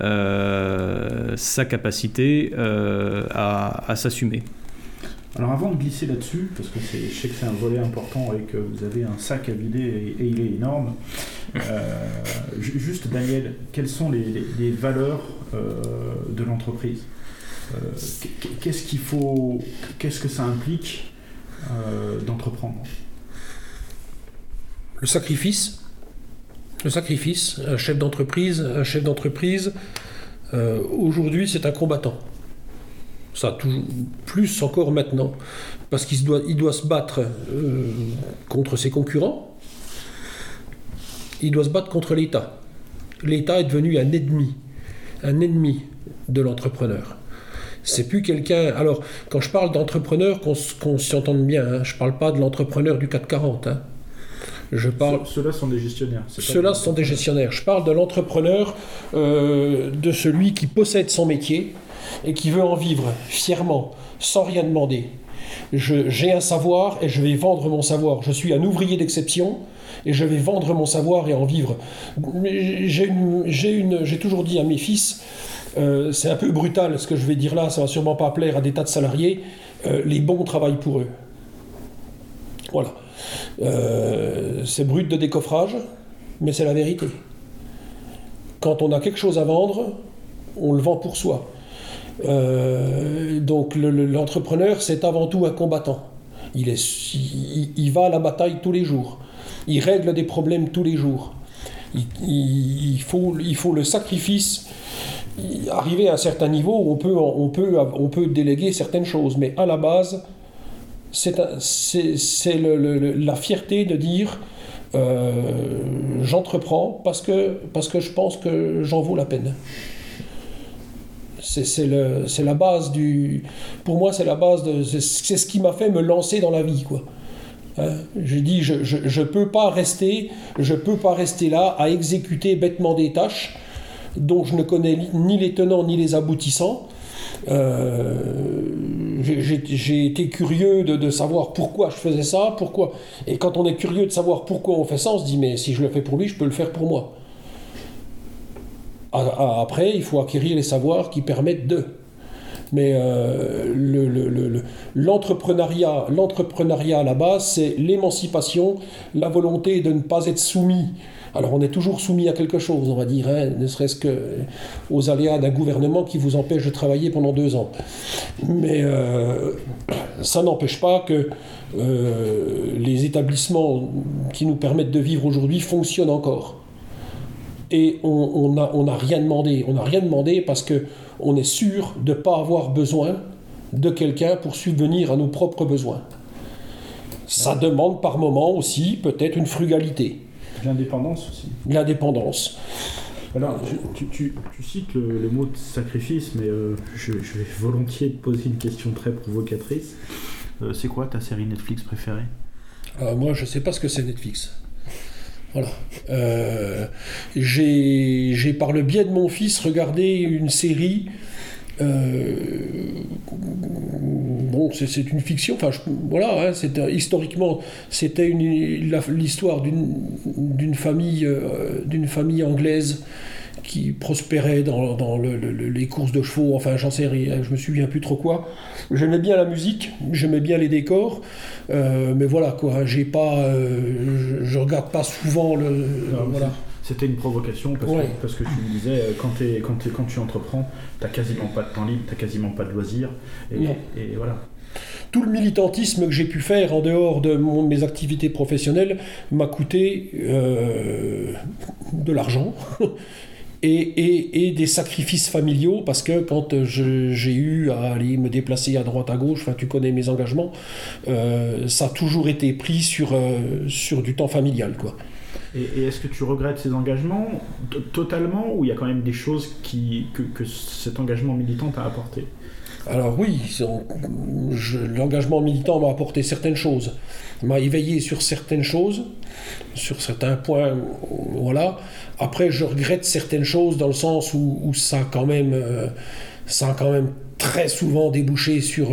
sa capacité à s'assumer. Alors avant de glisser là-dessus, parce que je sais que c'est un volet important et que vous avez un sac à vider et il est énorme, juste Daniel, quelles sont les valeurs de l'entreprise? Qu'est-ce que ça implique d'entreprendre? Le sacrifice, un chef d'entreprise, aujourd'hui c'est un combattant. Ça, toujours, plus encore maintenant, parce qu'il doit se battre contre ses concurrents, il doit se battre contre l'État. L'État est devenu un ennemi de l'entrepreneur. C'est plus quelqu'un... Alors, quand je parle d'entrepreneur, qu'on s'y entende bien, hein, je ne parle pas de l'entrepreneur du 440. Hein. Ceux-là sont des gestionnaires. Ceux-là sont des gestionnaires. Je parle de l'entrepreneur, de celui qui possède son métier, et qui veut en vivre fièrement, sans rien demander. J'ai un savoir et je vais vendre mon savoir. Je suis un ouvrier d'exception et je vais vendre mon savoir et en vivre. J'ai toujours dit à mes fils, c'est un peu brutal ce que je vais dire là, ça va sûrement pas plaire à des tas de salariés, les bons travaillent pour eux. Voilà. C'est brut de décoffrage, mais c'est la vérité. Quand on a quelque chose à vendre, on le vend pour soi. Donc l'entrepreneur, c'est avant tout un combattant. Il va à la bataille tous les jours. Il règle des problèmes tous les jours. Il faut le sacrifice. Arriver à un certain niveau, on peut déléguer certaines choses, mais à la base, c'est la fierté de dire j'entreprends parce que je pense que j'en vaux la peine. C'est la base pour moi, c'est la base c'est ce qui m'a fait me lancer dans la vie, quoi. Je dis, je peux pas rester là à exécuter bêtement des tâches dont je ne connais ni les tenants ni les aboutissants. j'ai été curieux de savoir pourquoi je faisais ça, pourquoi. Et quand on est curieux de savoir pourquoi on fait ça, on se dit mais si je le fais pour lui, je peux le faire pour moi. Après, il faut acquérir les savoirs qui permettent de. Mais l'entrepreneuriat à la base, c'est l'émancipation, la volonté de ne pas être soumis. Alors on est toujours soumis à quelque chose, on va dire, hein, ne serait-ce qu'aux aléas d'un gouvernement qui vous empêche de travailler pendant 2 ans. Mais ça n'empêche pas que les établissements qui nous permettent de vivre aujourd'hui fonctionnent encore. Et on n'a rien demandé. On n'a rien demandé parce qu'on est sûr de ne pas avoir besoin de quelqu'un pour subvenir à nos propres besoins. Ça demande par moment aussi peut-être une frugalité. L'indépendance aussi. L'indépendance. Alors, tu cites le mot de sacrifice, mais je vais volontiers te poser une question très provocatrice. C'est quoi ta série Netflix préférée ? Moi, je ne sais pas ce que c'est Netflix. Voilà. J'ai par le biais de mon fils regardé une série. Bon, c'est une fiction. Enfin, voilà. Hein, historiquement, c'était l'histoire d'une famille anglaise qui prospérait dans les courses de chevaux. Enfin, j'en sais rien. Je me souviens plus trop quoi. J'aimais bien la musique, j'aimais bien les décors, mais voilà quoi. J'ai pas, je regarde pas souvent le. Voilà. C'était une provocation parce que tu me disais quand tu entreprends, t'as quasiment pas de temps libre, t'as quasiment pas de loisirs et voilà. Tout le militantisme que j'ai pu faire en dehors de mes activités professionnelles m'a coûté de l'argent. Et des sacrifices familiaux, parce que quand j'ai eu à aller me déplacer à droite à gauche, enfin tu connais mes engagements, ça a toujours été pris sur du temps familial, quoi. Et est-ce que tu regrettes ces engagements totalement, ou il y a quand même des choses que cet engagement militant t'a apporté ? Alors oui, l'engagement militant m'a apporté certaines choses, m'a éveillé sur certaines choses, sur certains points, voilà. Après, je regrette certaines choses dans le sens où ça a quand même très souvent débouché sur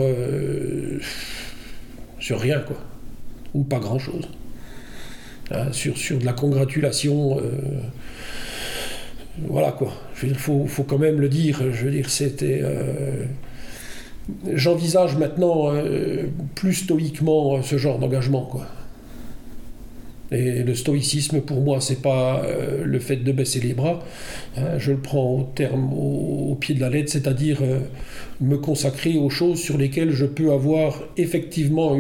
rien, quoi, ou pas grand-chose. Hein, sur de la congratulation, voilà quoi. Je veux dire, faut quand même le dire. Je veux dire, c'était. J'envisage maintenant plus stoïquement ce genre d'engagement, quoi. Et le stoïcisme, pour moi, c'est pas le fait de baisser les bras. Hein, je le prends au pied de la lettre, c'est-à-dire me consacrer aux choses sur lesquelles je peux avoir effectivement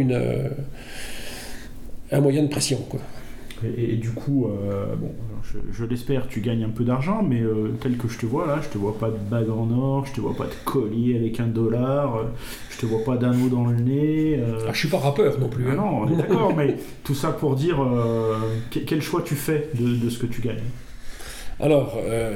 un moyen de pression, quoi. Et du coup, je l'espère, tu gagnes un peu d'argent, mais tel que je te vois là, je te vois pas de bague en or, je te vois pas de collier avec $1, je te vois pas d'anneau dans le nez. Je suis pas rappeur non plus. Ah non, on est d'accord, mais tout ça pour dire quel choix tu fais de ce que tu gagnes. Alors,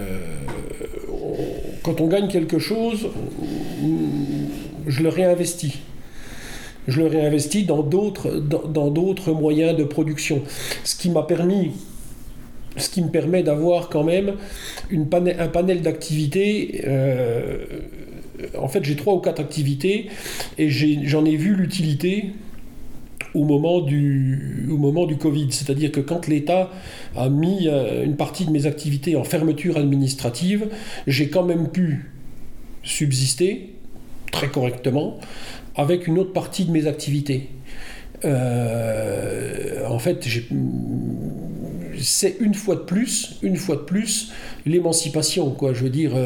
quand on gagne quelque chose, je le réinvestis. Je le réinvestis dans d'autres moyens de production. Ce qui me permet d'avoir quand même un panel d'activités. En fait, j'ai 3 ou 4 activités et j'en ai vu l'utilité au moment du Covid. C'est-à-dire que quand l'État a mis une partie de mes activités en fermeture administrative, j'ai quand même pu subsister très correctement avec une autre partie de mes activités. En fait, c'est une fois de plus l'émancipation, quoi. Je veux dire,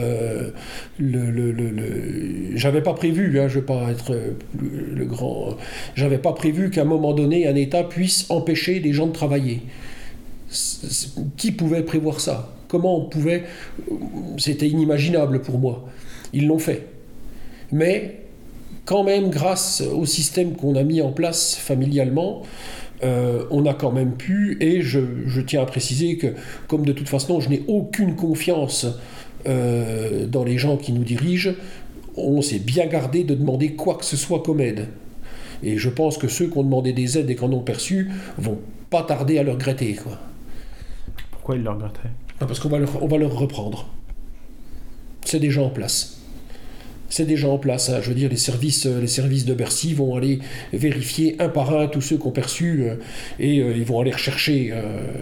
j'avais pas prévu, hein, je veux pas être le grand, j'avais pas prévu qu'à un moment donné un État puisse empêcher des gens de travailler. Qui pouvait prévoir ça ? Comment on pouvait ? C'était inimaginable pour moi. Ils l'ont fait, mais quand même, grâce au système qu'on a mis en place familialement, on a quand même pu, et je tiens à préciser que, comme de toute façon, je n'ai aucune confiance dans les gens qui nous dirigent, on s'est bien gardé de demander quoi que ce soit comme aide. Et je pense que ceux qui ont demandé des aides et qui en ont perçu vont pas tarder à le regretter, quoi. Pourquoi ils le regretteraient ? Parce qu'on va leur reprendre. C'est déjà en place. C'est déjà en place. Je veux dire, les services de Bercy vont aller vérifier un par un tous ceux qui ont perçu et ils vont aller rechercher.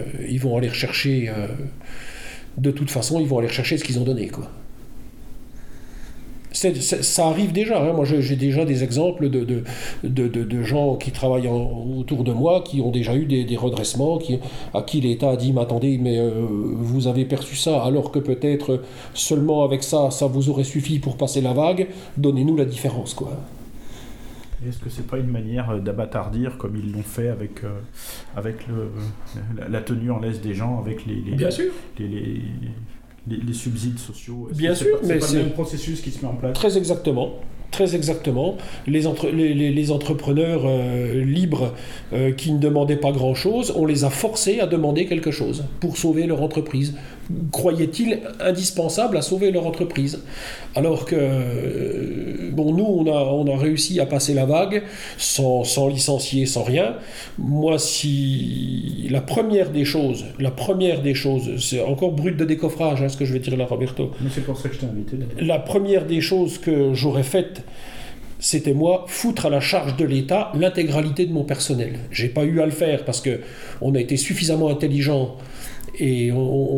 De toute façon, ils vont aller rechercher ce qu'ils ont donné, quoi. Ça arrive déjà. Moi, j'ai déjà des exemples de gens qui travaillent autour de moi qui ont déjà eu des redressements, à qui l'État a dit mais attendez, mais vous avez perçu ça alors que peut-être seulement avec ça vous aurait suffi pour passer la vague. Donnez-nous la différence, quoi. Est-ce que c'est pas une manière d'abattardir comme ils l'ont fait avec la tenue en laisse des gens, avec Bien sûr. Les subsides sociaux? Bien sûr, mais c'est pas le même processus qui se met en place. Très exactement. Les entrepreneurs libres qui ne demandaient pas grand-chose, on les a forcés à demander quelque chose pour sauver leur entreprise. Croyaient-ils indispensable à sauver leur entreprise? Alors que, nous, on a réussi à passer la vague sans licencier, sans rien. Moi, si la première des choses, c'est encore brut de décoffrage, ce que je vais dire là, Roberto. Mais c'est pour ça que je t'ai invité. La première des choses que j'aurais faites, c'était moi, foutre à la charge de l'État l'intégralité de mon personnel. J'ai pas eu à le faire parce qu'on a été suffisamment intelligent et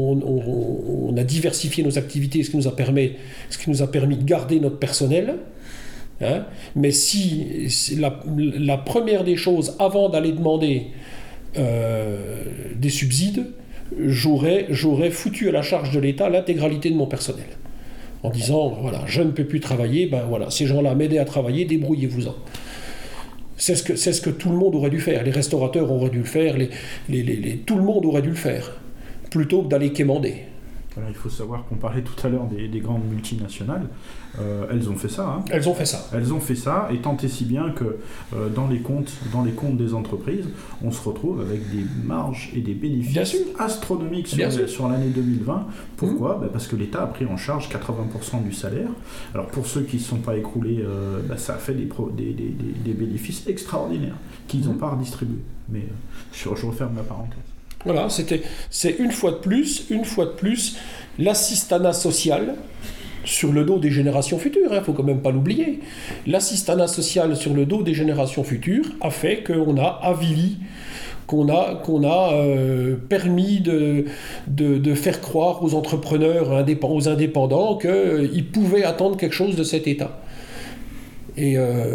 on a diversifié nos activités, ce qui nous a permis de garder notre personnel. Mais si la première des choses, avant d'aller demander des subsides, j'aurais foutu à la charge de l'État l'intégralité de mon personnel. En disant, voilà, je ne peux plus travailler, ces gens-là m'aidaient à travailler, débrouillez-vous-en. C'est ce que tout le monde aurait dû faire. Les restaurateurs auraient dû le faire, tout le monde aurait dû le faire, plutôt que d'aller quémander. Voilà, il faut savoir qu'on parlait tout à l'heure des grandes multinationales. Elles ont fait ça. Elles ont fait ça, et tant et si bien que dans les comptes des entreprises, on se retrouve avec des marges et des bénéfices astronomiques sur l'année 2020. Pourquoi ? Parce que l'État a pris en charge 80% du salaire. Alors pour ceux qui ne se sont pas écroulés, ça a fait des bénéfices extraordinaires qu'ils n'ont pas redistribués. Mais je referme ma parenthèse. Voilà, c'est une fois de plus, l'assistanat social sur le dos des générations futures, faut quand même pas l'oublier. L'assistanat social sur le dos des générations futures a fait qu'on a avili, qu'on a permis de faire croire aux entrepreneurs, aux indépendants qu'ils pouvaient attendre quelque chose de cet État. Et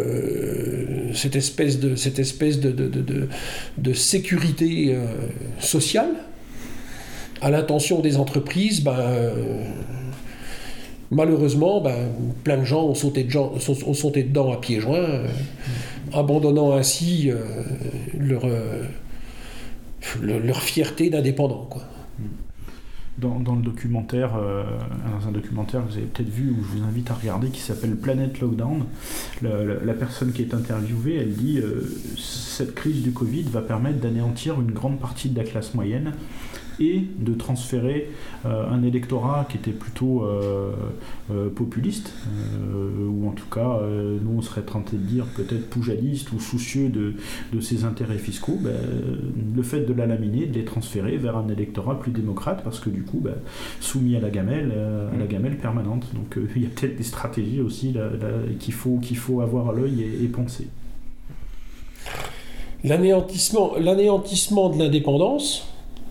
cette espèce de sécurité sociale à l'intention des entreprises, malheureusement, plein de gens ont sauté dedans à pieds joints, abandonnant ainsi leur fierté d'indépendant, quoi. Dans le documentaire, dans un documentaire que vous avez peut-être vu, ou je vous invite à regarder, qui s'appelle Planet Lockdown, la personne qui est interviewée, elle dit cette crise du Covid va permettre d'anéantir une grande partie de la classe moyenne et de transférer un électorat qui était plutôt populiste, ou en tout cas, nous on serait tenté de dire peut-être poujaliste ou soucieux de ses intérêts fiscaux, le fait de la laminer, de les transférer vers un électorat plus démocrate, parce que du coup, soumis à la gamelle permanente. Donc il y a peut-être des stratégies aussi qu'il faut avoir à l'œil et penser. L'anéantissement de l'indépendance,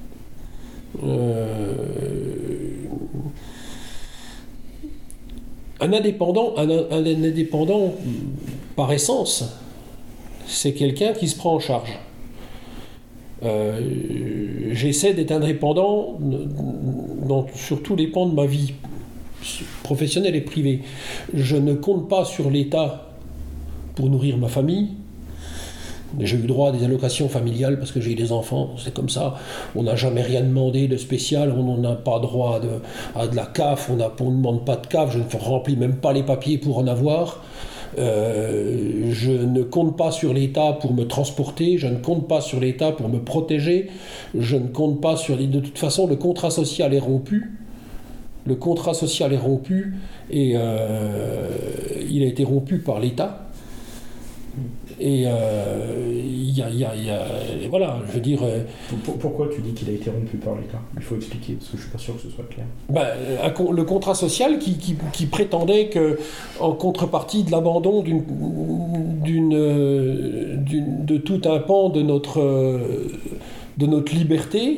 un indépendant par essence, c'est quelqu'un qui se prend en charge. J'essaie d'être indépendant sur tous les pans de ma vie professionnelle et privée. Je ne compte pas sur l'État pour nourrir ma famille. J'ai eu droit à des allocations familiales parce que j'ai eu des enfants, c'est comme ça. On n'a jamais rien demandé de spécial, on n'a pas droit à de la CAF, on ne demande pas de CAF, je ne remplis même pas les papiers pour en avoir. Je ne compte pas sur l'État pour me transporter, je ne compte pas sur l'État pour me protéger, je ne compte pas sur... De toute façon, le contrat social est rompu. Et il a été rompu par l'État. Et voilà, je veux dire... Pourquoi tu dis qu'il a été rompu par l'État ? Il faut expliquer, parce que je ne suis pas sûr que ce soit clair. Le contrat social qui prétendait qu'en contrepartie de l'abandon de tout un pan de notre liberté,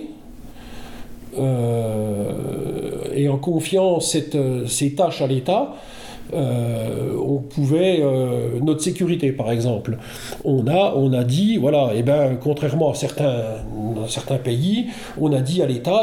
et en confiant ces tâches à l'État, on pouvait notre sécurité par exemple, on a dit voilà, contrairement à certains pays, on a dit à l'État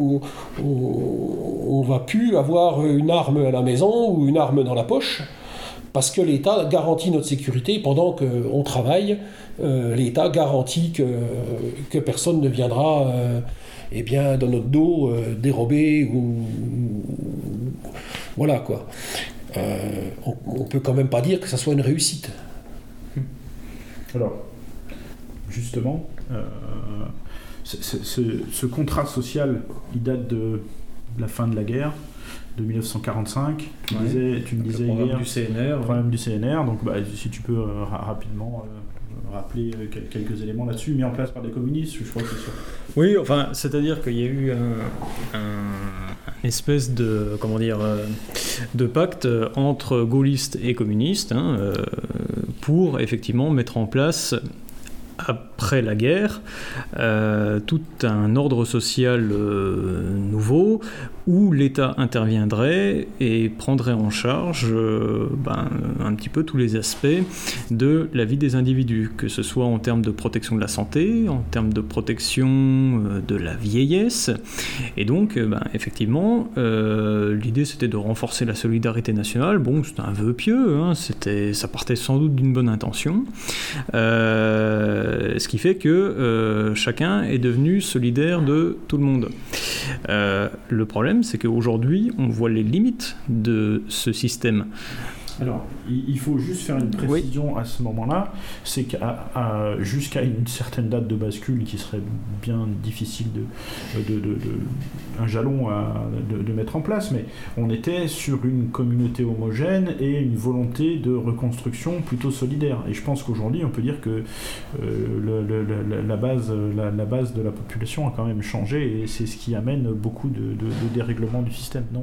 on va plus avoir une arme à la maison ou une arme dans la poche, parce que l'État garantit notre sécurité pendant qu'on travaille. L'État garantit que personne ne viendra dans notre dos dérober ou voilà quoi. On peut quand même pas dire que ça soit une réussite. Alors, justement, ce contrat social, il date de la fin de la guerre, de 1945. Tu me disais hier... Le problème du CNR. Donc, si tu peux rapidement rappeler quelques éléments là-dessus, mis en place par des communistes, je crois que c'est sûr. Oui, enfin, c'est-à-dire qu'il y a eu un espèce de, de pacte entre gaullistes et communistes pour effectivement mettre en place, après la guerre, tout un ordre social nouveau où l'État interviendrait et prendrait en charge un petit peu tous les aspects de la vie des individus, que ce soit en termes de protection de la santé, en termes de protection de la vieillesse. Et donc, effectivement, l'idée c'était de renforcer la solidarité nationale. Bon, c'était un vœu pieux, ça partait sans doute d'une bonne intention. Ce qui fait que chacun est devenu solidaire de tout le monde. Le problème, c'est qu'aujourd'hui, on voit les limites de ce système. Alors, il faut juste faire une précision à ce moment-là, c'est jusqu'à une certaine date de bascule qui serait bien difficile un jalon de mettre en place, mais on était sur une communauté homogène et une volonté de reconstruction plutôt solidaire. Et je pense qu'aujourd'hui, on peut dire que la base de la population a quand même changé, et c'est ce qui amène beaucoup de dérèglements du système, non ?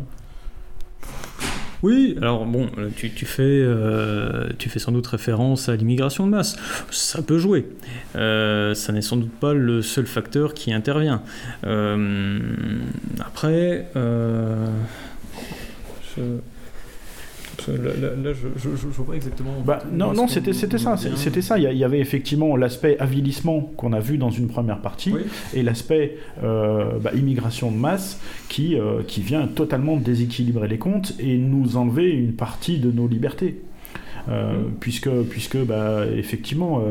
Oui, alors bon, tu fais sans doute référence à l'immigration de masse. Ça peut jouer. Ça n'est sans doute pas le seul facteur qui intervient. Après, là, je vois exactement... non, c'était ça. C'était ça. Il y avait effectivement l'aspect avilissement qu'on a vu dans une première partie, et l'aspect immigration de masse qui vient totalement déséquilibrer les comptes et nous enlever une partie de nos libertés. Puisque effectivement,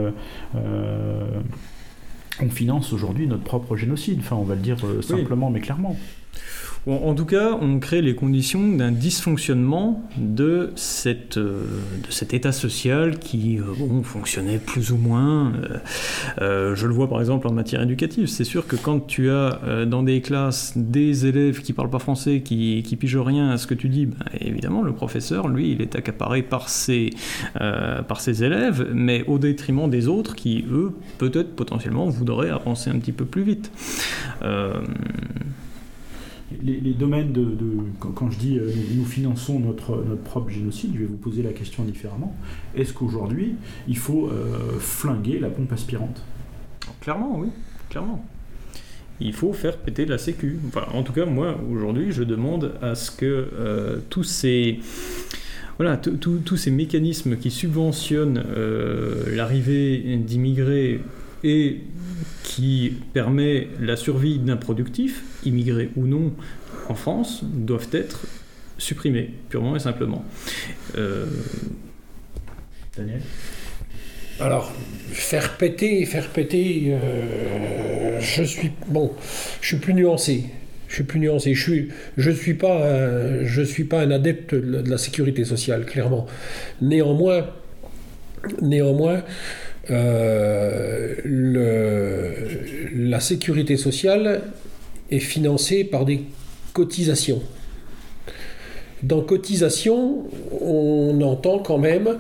on finance aujourd'hui notre propre génocide. Enfin, on va le dire simplement mais clairement. En tout cas, on crée les conditions d'un dysfonctionnement de cet état social qui fonctionnait plus ou moins. Je le vois par exemple en matière éducative. C'est sûr que quand tu as dans des classes des élèves qui ne parlent pas français, qui pigent rien à ce que tu dis, évidemment, le professeur, lui, il est accaparé par ses élèves, mais au détriment des autres qui, eux, peut-être potentiellement voudraient avancer un petit peu plus vite. Les domaines quand je dis nous finançons notre propre génocide, je vais vous poser la question différemment. Est-ce qu'aujourd'hui, il faut flinguer la pompe aspirante ? Clairement, oui. Clairement. Il faut faire péter la sécu. Enfin, en tout cas, moi, aujourd'hui, je demande à ce que tous ces mécanismes qui subventionnent l'arrivée d'immigrés et qui permet la survie d'un productif, immigré ou non, en France, doivent être supprimés, purement et simplement. Daniel ? Alors, faire péter, je suis plus nuancé. Je suis pas un adepte de la sécurité sociale, clairement. Néanmoins, la sécurité sociale est financée par des cotisations. Dans cotisation, on entend quand même,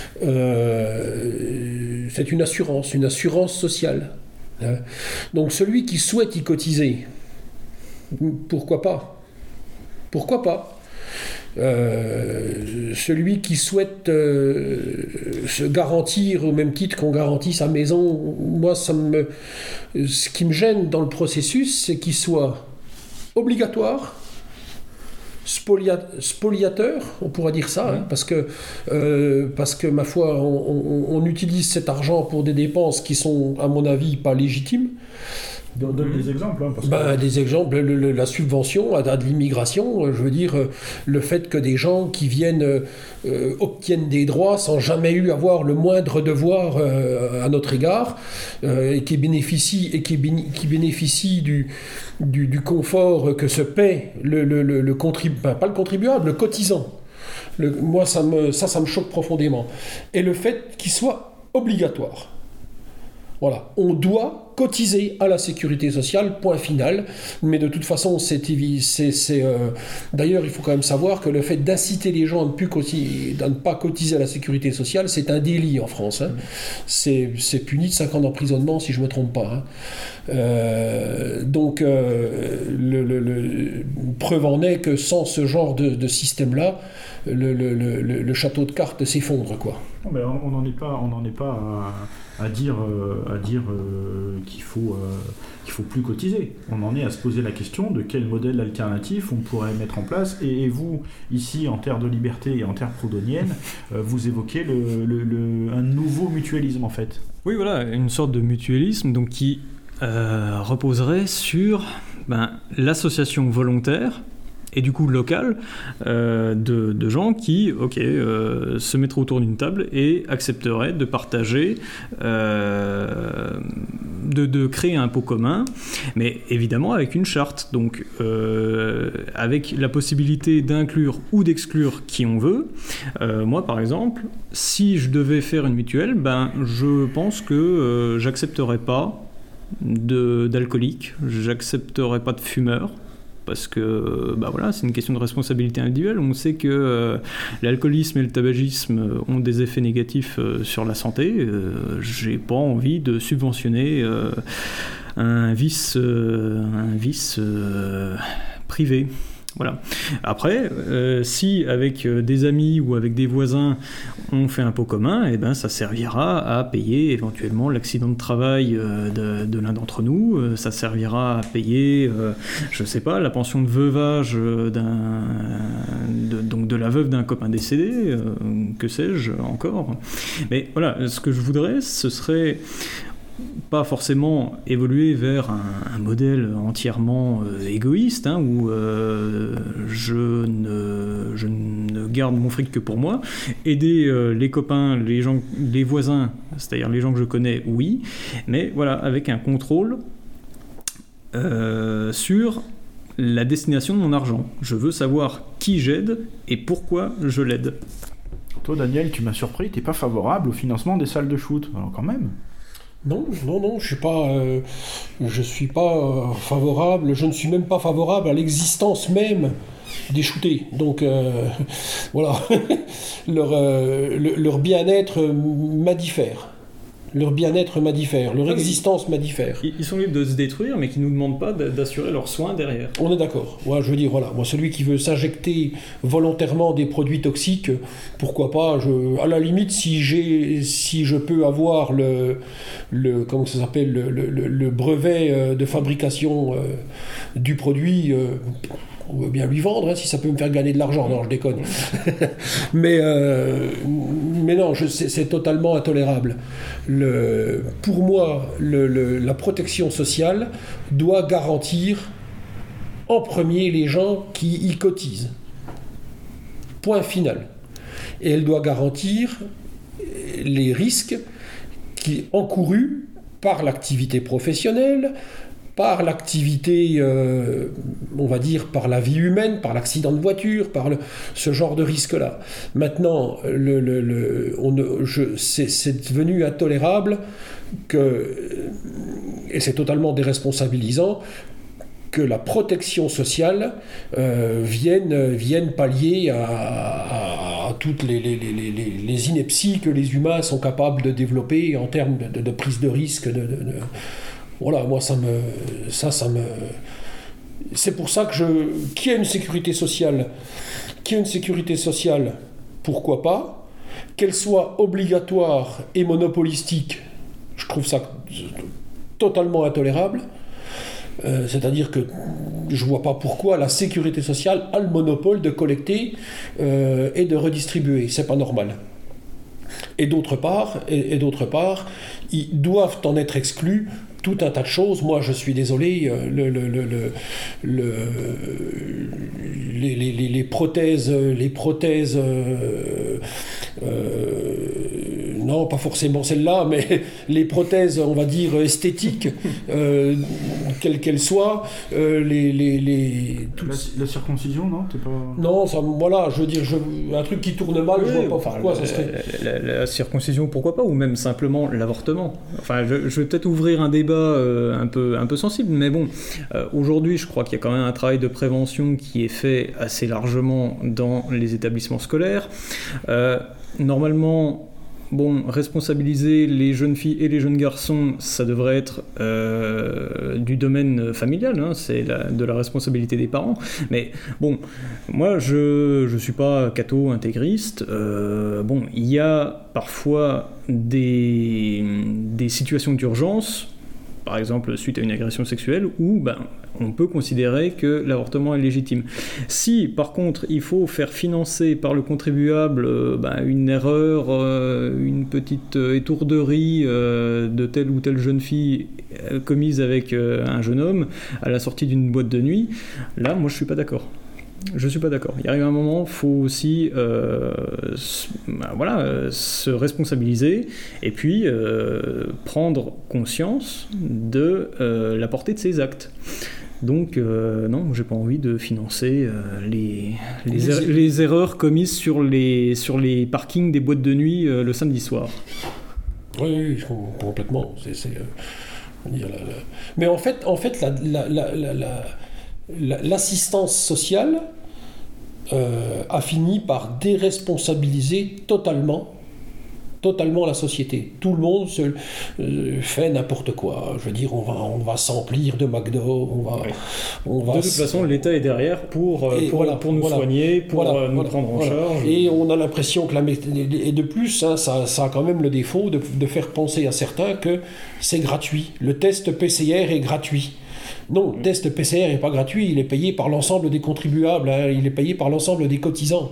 c'est une assurance sociale. Donc celui qui souhaite y cotiser, pourquoi pas ? Pourquoi pas ? Celui qui souhaite se garantir au même titre qu'on garantit sa maison, moi ce qui me gêne dans le processus, c'est qu'il soit obligatoire, spoliateur, on pourrait dire ça, parce que ma foi, on utilise cet argent pour des dépenses qui sont, à mon avis, pas légitimes. Donne des exemples. Des exemples, la subvention à de l'immigration, je veux dire, le fait que des gens qui viennent obtiennent des droits sans jamais avoir le moindre devoir à notre égard, et qui bénéficient du confort que se paie le contribuable, pas le contribuable, le cotisant. Moi, ça me choque profondément. Et le fait qu'il soit obligatoire. Voilà, on doit cotiser à la sécurité sociale, point final. Mais de toute façon, d'ailleurs, il faut quand même savoir que le fait d'inciter les gens à ne pas cotiser à la sécurité sociale, c'est un délit en France. C'est puni de 5 ans d'emprisonnement, si je ne me trompe pas. Donc, preuve en est que sans ce genre de système-là, le château de cartes s'effondre, quoi. Non, mais on n'en est pas à dire qu'il faut plus cotiser. On en est à se poser la question de quel modèle alternatif on pourrait mettre en place. Et vous, ici, en terre de liberté et en terre proudhonienne, vous évoquez un nouveau mutualisme, en fait. Oui, voilà, une sorte de mutualisme donc, qui reposerait sur l'association volontaire et du coup locale de gens qui se mettraient autour d'une table et accepteraient de partager, de créer un pot commun, mais évidemment avec une charte, donc avec la possibilité d'inclure ou d'exclure qui on veut. Moi par exemple, si je devais faire une mutuelle, je pense que j'accepterais pas d'alcooliques, j'accepterais pas de fumeurs, parce que c'est une question de responsabilité individuelle. On sait que l'alcoolisme et le tabagisme ont des effets négatifs sur la santé. J'ai pas envie de subventionner un vice privé. Voilà. Après, si avec des amis ou avec des voisins, on fait un pot commun, ça servira à payer éventuellement l'accident de travail de l'un d'entre nous, ça servira à payer, la pension de veuvage de la veuve d'un copain décédé, que sais-je encore. Mais voilà, ce que je voudrais, ce serait pas forcément évoluer vers un modèle entièrement égoïste, où je ne garde mon fric que pour moi. Aider les copains, les voisins, c'est-à-dire les gens que je connais, oui, mais voilà, avec un contrôle sur la destination de mon argent. Je veux savoir qui j'aide et pourquoi je l'aide. Toi, Daniel, tu m'as surpris, t'es pas favorable au financement des salles de shoot, alors quand même. Non, je suis pas favorable, je ne suis même pas favorable à l'existence même des shootés. Donc voilà, leur bien-être m'addifère. Leur bien-être m'addifère, leur existence m'addifère. Ils sont libres de se détruire, mais qui ne nous demandent pas d'assurer leurs soins derrière. On est d'accord. Ouais, je veux dire, voilà, moi, celui qui veut s'injecter volontairement des produits toxiques, pourquoi pas, à la limite, si je peux avoir le brevet de fabrication du produit, on veut bien lui vendre, si ça peut me faire gagner de l'argent. Non, je déconne. mais non, c'est totalement intolérable. Pour moi, la protection sociale doit garantir en premier les gens qui y cotisent. Point final. Et elle doit garantir les risques encourus par l'activité professionnelle, par l'activité, on va dire, par la vie humaine, par l'accident de voiture, par ce genre de risque-là. Maintenant, c'est devenu intolérable et c'est totalement déresponsabilisant que la protection sociale vienne pallier à toutes les inepties que les humains sont capables de développer en termes de prise de risque. Voilà, moi ça me... C'est pour ça que qu'il y ait une sécurité sociale, pourquoi pas, qu'elle soit obligatoire et monopolistique, je trouve ça totalement intolérable. C'est-à-dire que je ne vois pas pourquoi la sécurité sociale a le monopole de collecter et de redistribuer. C'est pas normal. Et d'autre part, ils doivent en être exclus tout un tas de choses. Moi, je suis désolé, les prothèses, non, pas forcément celle-là, mais les prothèses, on va dire, esthétiques, quelles qu'elles soient, La circoncision, non, t'es pas... Non, ça, voilà, je veux dire, un truc qui tourne mal, je vois pas pourquoi ça serait... La circoncision, pourquoi pas, ou même simplement l'avortement. Enfin, je vais peut-être ouvrir un débat un peu sensible, mais bon, aujourd'hui, je crois qu'il y a quand même un travail de prévention qui est fait assez largement dans les établissements scolaires. Normalement, responsabiliser les jeunes filles et les jeunes garçons, ça devrait être du domaine familial, hein, c'est de la responsabilité des parents. Mais bon, moi je suis pas catho intégriste. Il y a parfois des situations d'urgence, par exemple suite à une agression sexuelle, où on peut considérer que l'avortement est légitime. Si, par contre, il faut faire financer par le contribuable une erreur, une petite étourderie de telle ou telle jeune fille commise avec un jeune homme à la sortie d'une boîte de nuit, là, moi, je suis pas d'accord. Je suis pas d'accord. Il arrive un moment, il faut aussi se responsabiliser et puis prendre conscience de la portée de ses actes. Donc non, j'ai pas envie de financer les erreurs commises sur les parkings des boîtes de nuit le samedi soir. Oui, complètement. Mais en fait, l'assistance sociale a fini par déresponsabiliser totalement la société. Tout le monde fait n'importe quoi. Je veux dire, on va s'emplir de McDo, de toute façon, l'État est derrière pour nous soigner, pour nous prendre en charge. Et on a l'impression que et de plus, hein, ça a quand même le défaut de faire penser à certains que c'est gratuit. Le test PCR est gratuit. Non, le test PCR n'est pas gratuit, il est payé par l'ensemble des contribuables, hein, il est payé par l'ensemble des cotisants.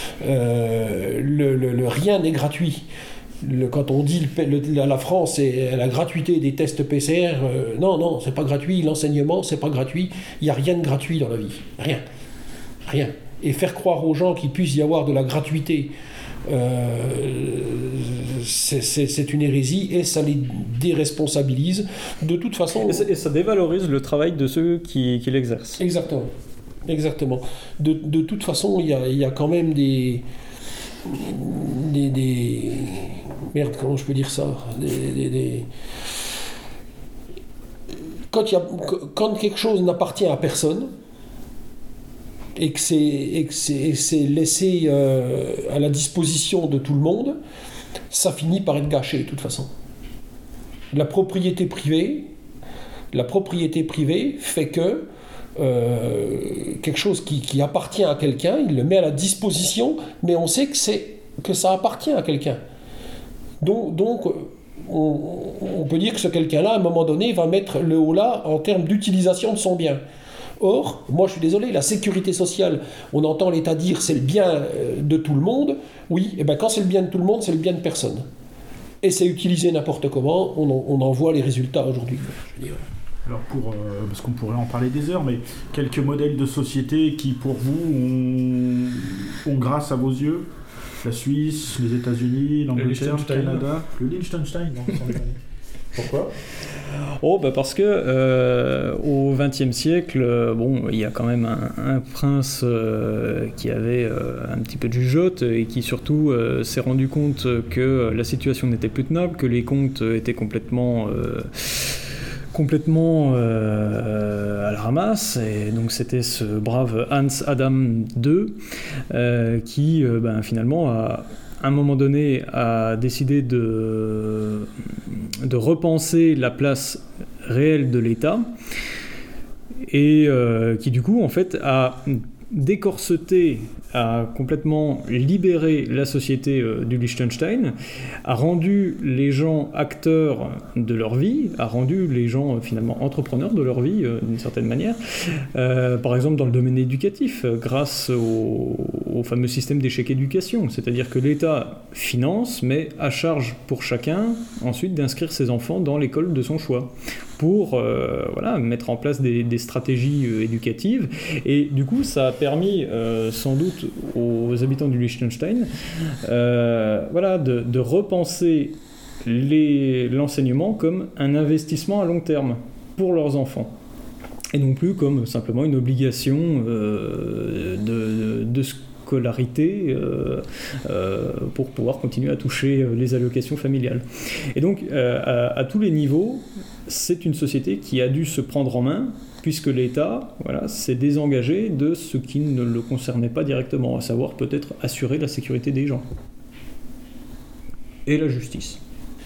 Rien n'est gratuit. Quand on dit la France et la gratuité des tests PCR, non, c'est pas gratuit, l'enseignement, c'est pas gratuit, il n'y a rien de gratuit dans la vie. Rien. Et faire croire aux gens qu'il puisse y avoir de la gratuité, c'est une hérésie et ça les déresponsabilise de toute façon. Et ça dévalorise le travail de ceux qui l'exercent. Exactement. De toute façon, il y a quand même des merde, comment je peux dire ça, quand quelque chose n'appartient à personne et que c'est laissé à la disposition de tout le monde, ça finit par être gâché de toute façon. La propriété privée fait que quelque chose qui appartient à quelqu'un, il le met à la disposition, mais on sait que ça appartient à quelqu'un. Donc on peut dire que ce quelqu'un-là, à un moment donné, va mettre le haut-là en termes d'utilisation de son bien. Or, moi je suis désolé, la sécurité sociale, on entend l'État dire c'est le bien de tout le monde. Oui, et quand c'est le bien de tout le monde, c'est le bien de personne. Et c'est utilisé n'importe comment, on en voit les résultats aujourd'hui. Je veux dire. Alors parce qu'on pourrait en parler des heures, mais quelques modèles de société qui pour vous ont grâce à vos yeux, la Suisse, les États-Unis, l'Angleterre, le Canada, le Liechtenstein, non, sans déconner. Pourquoi ? Parce que au XXe siècle, il y a quand même un prince qui avait un petit peu de jugeote et qui surtout s'est rendu compte que la situation n'était plus tenable, que les comptes étaient complètement complètement à la ramasse. Et donc c'était ce brave Hans Adam II qui finalement à un moment donné a décidé de repenser la place réelle de l'État et qui du coup en fait a décorseté, a complètement libéré la société du Liechtenstein, a rendu les gens acteurs de leur vie, a rendu les gens finalement entrepreneurs de leur vie d'une certaine manière, par exemple dans le domaine éducatif, grâce au fameux système d'échec éducation, c'est-à-dire que l'État finance, mais à charge pour chacun ensuite d'inscrire ses enfants dans l'école de son choix, pour mettre en place des stratégies éducatives. Et du coup, ça a permis sans doute aux habitants du Liechtenstein de repenser l'enseignement comme un investissement à long terme pour leurs enfants. Et non plus comme simplement une obligation de scolarité pour pouvoir continuer à toucher les allocations familiales. Et donc, à tous les niveaux, c'est une société qui a dû se prendre en main, puisque l'État s'est désengagé de ce qui ne le concernait pas directement, à savoir peut-être assurer la sécurité des gens. Et la justice.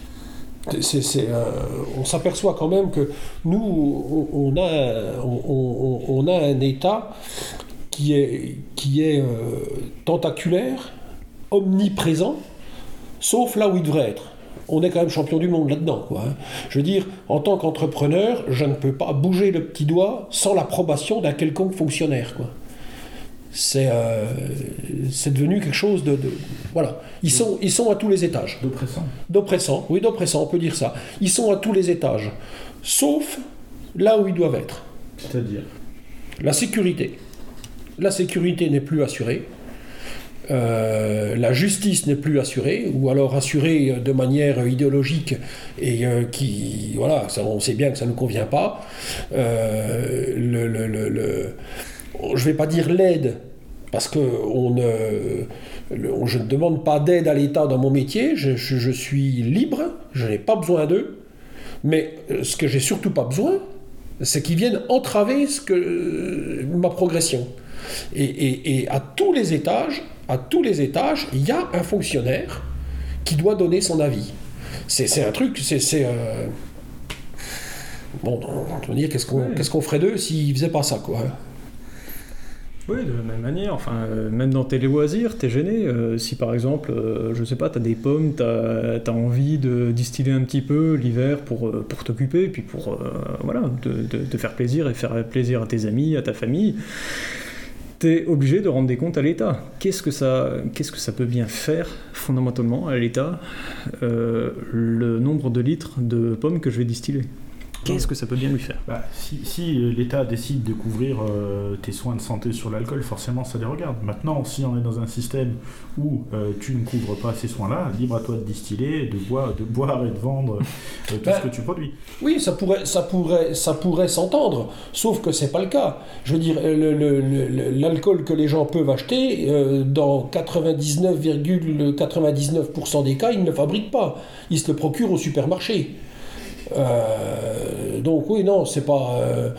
On s'aperçoit quand même que nous, on a un État qui est tentaculaire, omniprésent, sauf là où il devrait être. On est quand même champion du monde là-dedans, quoi. Je veux dire, en tant qu'entrepreneur, je ne peux pas bouger le petit doigt sans l'approbation d'un quelconque fonctionnaire, quoi. C'est devenu quelque chose de voilà. Ils sont à tous les étages. D'oppressant, oui, d'oppressant, on peut dire ça. Ils sont à tous les étages, sauf là où ils doivent être. C'est-à-dire la sécurité. La sécurité n'est plus assurée. La justice n'est plus assurée, ou alors assurée de manière idéologique et on sait bien que ça ne nous convient pas. Je ne vais pas dire l'aide, parce que je ne demande pas d'aide à l'État dans mon métier, je suis libre, je n'ai pas besoin d'eux, mais ce que j'ai surtout pas besoin, c'est qu'ils viennent entraver ma progression. Et à tous les étages, il y a un fonctionnaire qui doit donner son avis. C'est un truc, bon, on va dire, qu'est-ce qu'on ferait d'eux s'ils faisaient pas ça, quoi. Oui, de la même manière, même dans tes loisirs, t'es gêné. Si par exemple, je sais pas, t'as des pommes, t'as envie de distiller un petit peu l'hiver pour t'occuper, puis pour te faire plaisir et faire plaisir à tes amis, à ta famille, t'es obligé de rendre des comptes à l'État. Qu'est-ce que ça peut bien faire fondamentalement à l'État, le nombre de litres de pommes que je vais distiller? Qu'est-ce que ça peut bien lui faire? Si l'État décide de couvrir tes soins de santé sur l'alcool, forcément ça les regarde. Maintenant, si on est dans un système où tu ne couvres pas ces soins-là, libre à toi de distiller, de boire et de vendre tout ce que tu produis. Oui, ça pourrait s'entendre, sauf que c'est pas le cas. Je veux dire, l'alcool que les gens peuvent acheter, dans 99,99% des cas, ils ne le fabriquent pas. Ils se le procurent au supermarché. Donc oui, non, c'est pas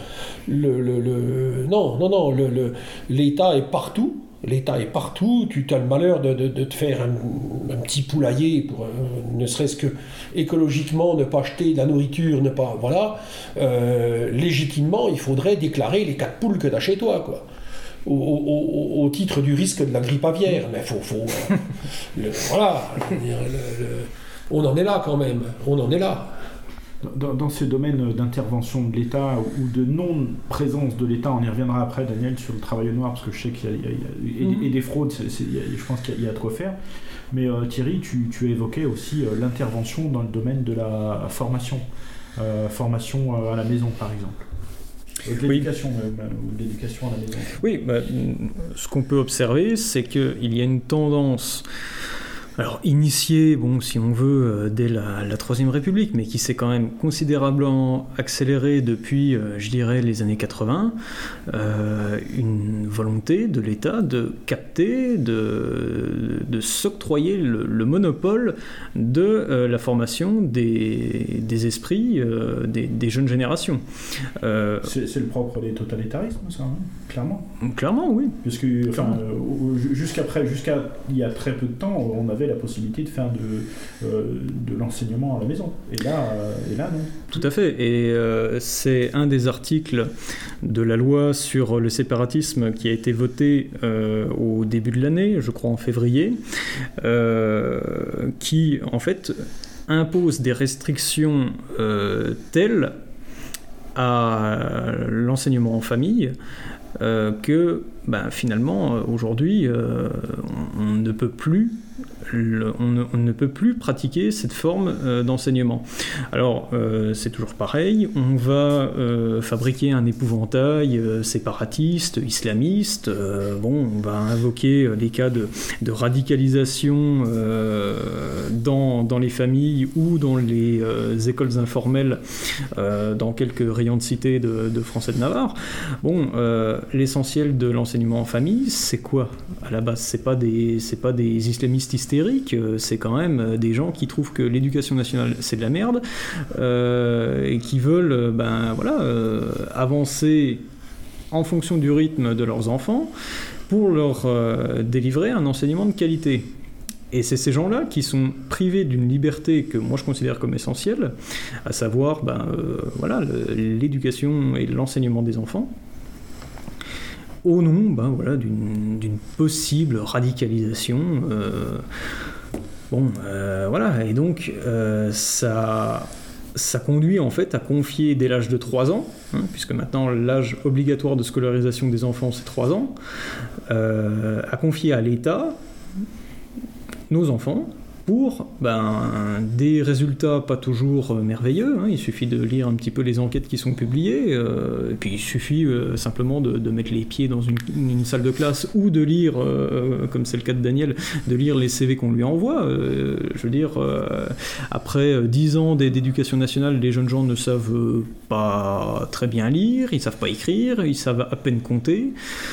l'État est partout. L'État est partout. Tu as le malheur de te faire un petit poulailler pour ne serait-ce que écologiquement ne pas acheter de la nourriture, ne pas légitimement, il faudrait déclarer les 4 poules que tu as chez toi, quoi. Au titre du risque de la grippe aviaire, mais on en est là quand même. On en est là. Dans ces domaines d'intervention de l'État ou de non-présence de l'État, on y reviendra après, Daniel, sur le travail au noir, parce que je sais qu'il y a des fraudes, je pense qu'il y a de quoi faire. Mais Thierry, tu évoquais aussi l'intervention dans le domaine de la formation à la maison, par exemple. L'éducation à la maison. Oui, ce qu'on peut observer, c'est qu'il y a une tendance Alors, initié, bon, si on veut, dès la Troisième République, mais qui s'est quand même considérablement accéléré depuis, je dirais, les années 80, une volonté de l'État de capter, de s'octroyer le monopole de la formation des esprits des jeunes générations. C'est le propre des totalitarismes, ça, hein, clairement. Clairement, oui. Puisque, jusqu'à il y a très peu de temps, on avait la possibilité de faire de l'enseignement à la maison. Et là, non. Tout à fait. Et c'est un des articles de la loi sur le séparatisme qui a été voté au début de l'année, je crois en février, qui, en fait, impose des restrictions telles à l'enseignement en famille que finalement aujourd'hui on ne peut plus pratiquer cette forme d'enseignement. Alors, c'est toujours pareil, on va fabriquer un épouvantail séparatiste, islamiste, on va invoquer les cas de radicalisation dans les familles ou dans les écoles informelles dans quelques rayons de cité de Français de Navarre. L'essentiel de l'enseignement en famille, c'est quoi ? À la base, c'est pas des islamistes hystériques, c'est quand même des gens qui trouvent que l'éducation nationale c'est de la merde et qui veulent avancer en fonction du rythme de leurs enfants pour leur délivrer un enseignement de qualité. Et c'est ces gens-là qui sont privés d'une liberté que moi je considère comme essentielle, à savoir l'éducation et l'enseignement des enfants, au nom d'une possible radicalisation. Et donc ça conduit en fait à confier dès l'âge de 3 ans, puisque maintenant l'âge obligatoire de scolarisation des enfants c'est 3 ans, à confier à l'État nos enfants pour des résultats pas toujours merveilleux. Il suffit de lire un petit peu les enquêtes qui sont publiées, et puis il suffit simplement de mettre les pieds dans une salle de classe ou de lire, comme c'est le cas de Daniel, de lire les CV qu'on lui envoie. Après 10 ans d'éducation nationale, les jeunes gens ne savent pas très bien lire, ils savent pas écrire, ils savent à peine compter.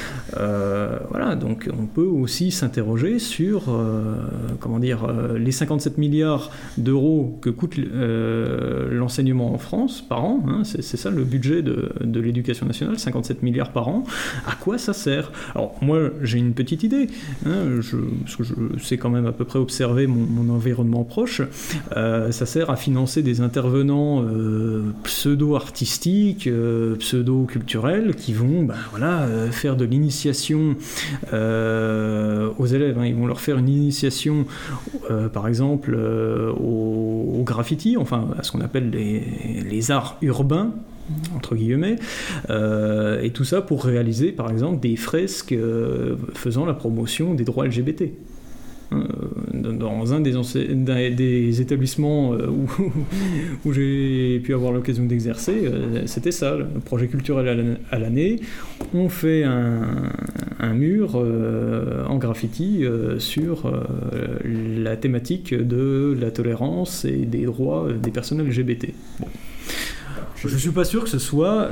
Donc on peut aussi s'interroger sur les 57 milliards d'euros que coûte l'enseignement en France par an, c'est ça le budget de l'éducation nationale, 57 milliards par an. À quoi ça sert ? Alors moi j'ai une petite idée, parce que je sais quand même à peu près observer mon environnement proche. Ça sert à financer des intervenants pseudo-artistiques, pseudo-culturels qui vont faire de l'initiation aux élèves. Ils vont leur faire une initiation par exemple au graffiti, à ce qu'on appelle les arts urbains, entre guillemets, et tout ça pour réaliser par exemple des fresques faisant la promotion des droits LGBT. Dans un des établissements où j'ai pu avoir l'occasion d'exercer, c'était ça, le projet culturel à l'année. On fait un mur en graffiti sur la thématique de la tolérance et des droits des personnes LGBT. Bon. Je ne suis pas sûr que ce soit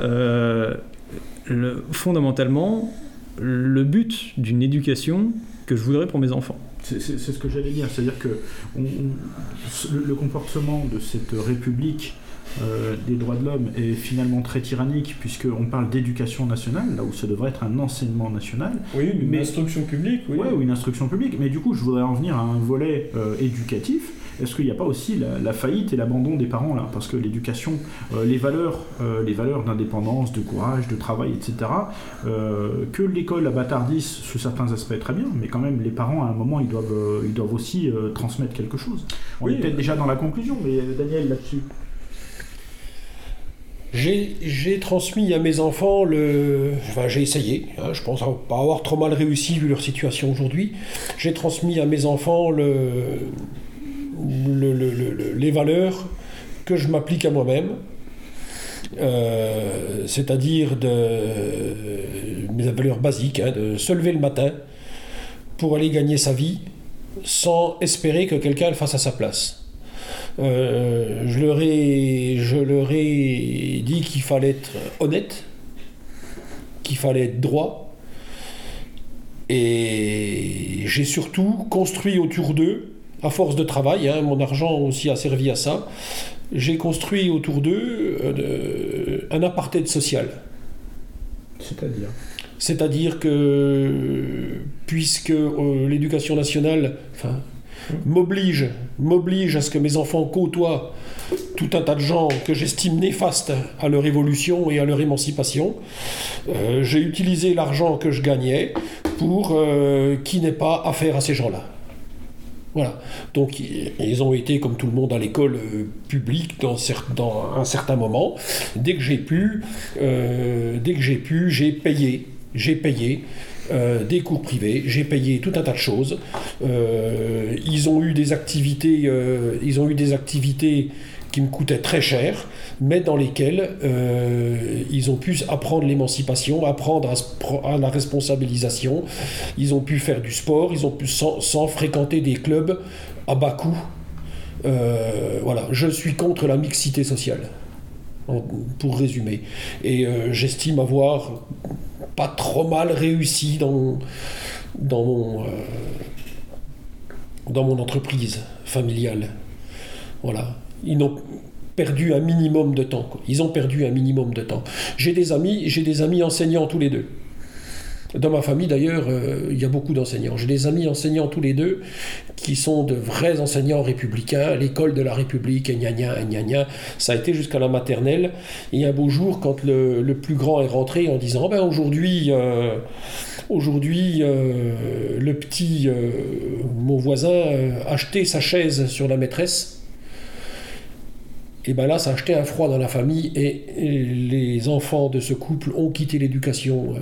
fondamentalement le but d'une éducation que je voudrais pour mes enfants. C'est ce que j'allais dire, c'est-à-dire que le comportement de cette République des droits de l'homme est finalement très tyrannique, puisqu'on parle d'éducation nationale, là où ça devrait être un enseignement national. Oui, une instruction publique. Oui. Ouais, ou une instruction publique, mais du coup je voudrais en venir à un volet éducatif. Est-ce qu'il n'y a pas aussi la faillite et l'abandon des parents là ? Parce que l'éducation, les valeurs d'indépendance, de courage, de travail, etc., que l'école la bâtardisse sous certains aspects très bien, mais quand même les parents à un moment ils doivent aussi transmettre quelque chose. On est peut-être déjà dans la conclusion, mais Daniel là-dessus. J'ai transmis à mes enfants j'ai essayé, je pense pas avoir trop mal réussi vu leur situation aujourd'hui. J'ai transmis à mes enfants les valeurs que je m'applique à moi-même, c'est-à-dire mes valeurs basiques, de se lever le matin pour aller gagner sa vie sans espérer que quelqu'un le fasse à sa place. Je leur ai dit qu'il fallait être honnête, qu'il fallait être droit, et j'ai surtout construit autour d'eux, à force de travail, hein, mon argent aussi a servi à ça, j'ai construit autour d'eux un apartheid social. C'est-à-dire que, puisque l'éducation nationale m'oblige à ce que mes enfants côtoient tout un tas de gens que j'estime néfastes à leur évolution et à leur émancipation, j'ai utilisé l'argent que je gagnais pour qu'ils n'aient pas affaire à ces gens-là. Voilà. Donc ils ont été comme tout le monde à l'école publique dans un certain moment. Dès que j'ai pu, j'ai payé des cours privés, j'ai payé tout un tas de choses. Ils ont eu des activités qui me coûtaient très cher, mais dans lesquelles ils ont pu apprendre l'émancipation, apprendre à la responsabilisation. Ils ont pu faire du sport, ils ont pu sans fréquenter des clubs à bas coût. Voilà, je suis contre la mixité sociale, pour résumer. Et j'estime avoir pas trop mal réussi dans mon entreprise familiale. Voilà. Ils ont perdu un minimum de temps. J'ai des amis enseignants tous les deux. Dans ma famille, d'ailleurs, il y a beaucoup d'enseignants. J'ai des amis enseignants tous les deux qui sont de vrais enseignants républicains, l'école de la République, et gna gna. Ça a été jusqu'à la maternelle. Et un beau jour, quand le plus grand est rentré en disant « aujourd'hui, le petit, mon voisin, a acheté sa chaise sur la maîtresse », et bien là, ça a acheté un froid dans la famille et les enfants de ce couple ont quitté l'éducation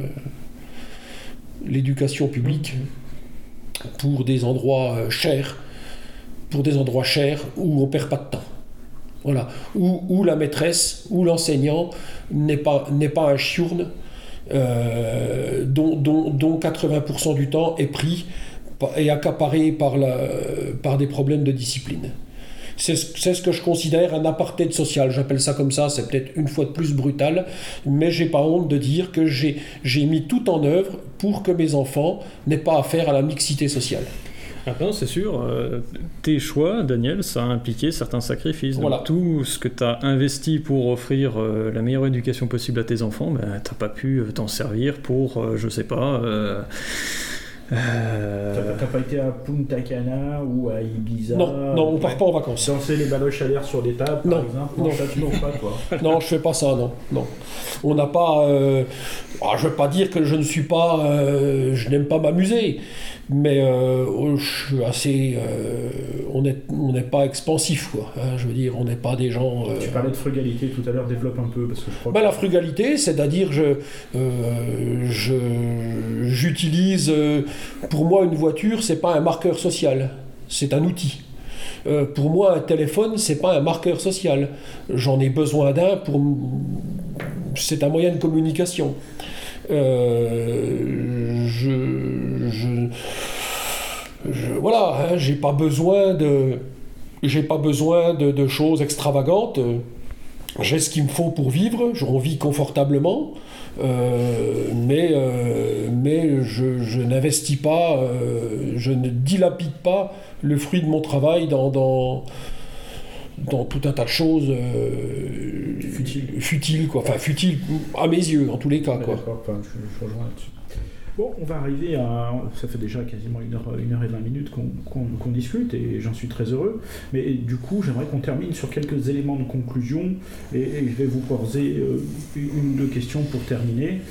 publique pour des endroits chers, où on ne perd pas de temps. Voilà. Où la maîtresse, ou l'enseignant n'est pas un chiourne dont 80% du temps est pris et accaparé par des problèmes de discipline. C'est ce que je considère un apartheid social, j'appelle ça comme ça, c'est peut-être une fois de plus brutal, mais j'ai pas honte de dire que j'ai mis tout en œuvre pour que mes enfants n'aient pas affaire à la mixité sociale. Non, c'est sûr, tes choix, Daniel, ça a impliqué certains sacrifices. Donc, voilà. Tout ce que tu as investi pour offrir la meilleure éducation possible à tes enfants, tu n'as pas pu t'en servir pour, je sais pas... T'as pas été à Punta Cana ou à Ibiza? Non, on part pas en vacances. Danser les baloches à l'air sur des tables, par exemple? Non, ça tu fais pas, toi. Non, je fais pas ça, non. On n'a pas... je veux pas dire que je ne suis pas... je n'aime pas m'amuser, mais je suis assez... on n'est pas expansif, quoi. Hein, je veux dire, on n'est pas des gens... Tu parlais de frugalité tout à l'heure, développe un peu, parce que je crois la frugalité, c'est-à-dire j'utilise... pour moi, une voiture, c'est pas un marqueur social, c'est un outil. Pour moi, un téléphone, c'est pas un marqueur social. J'en ai besoin d'un pour... C'est un moyen de communication. Voilà, hein, j'ai pas besoin de choses extravagantes. J'ai ce qu'il me faut pour vivre. On vit confortablement. Mais je n'investis pas, je ne dilapide pas le fruit de mon travail dans tout un tas de choses futiles, quoi. Enfin, futiles à mes yeux, en tous les cas. Quoi. D'accord, je rejoins là-dessus. Bon, on va arriver à... Ça fait déjà quasiment 1h20 qu'on discute et j'en suis très heureux. Mais du coup, j'aimerais qu'on termine sur quelques éléments de conclusion et je vais vous poser une ou deux questions pour terminer.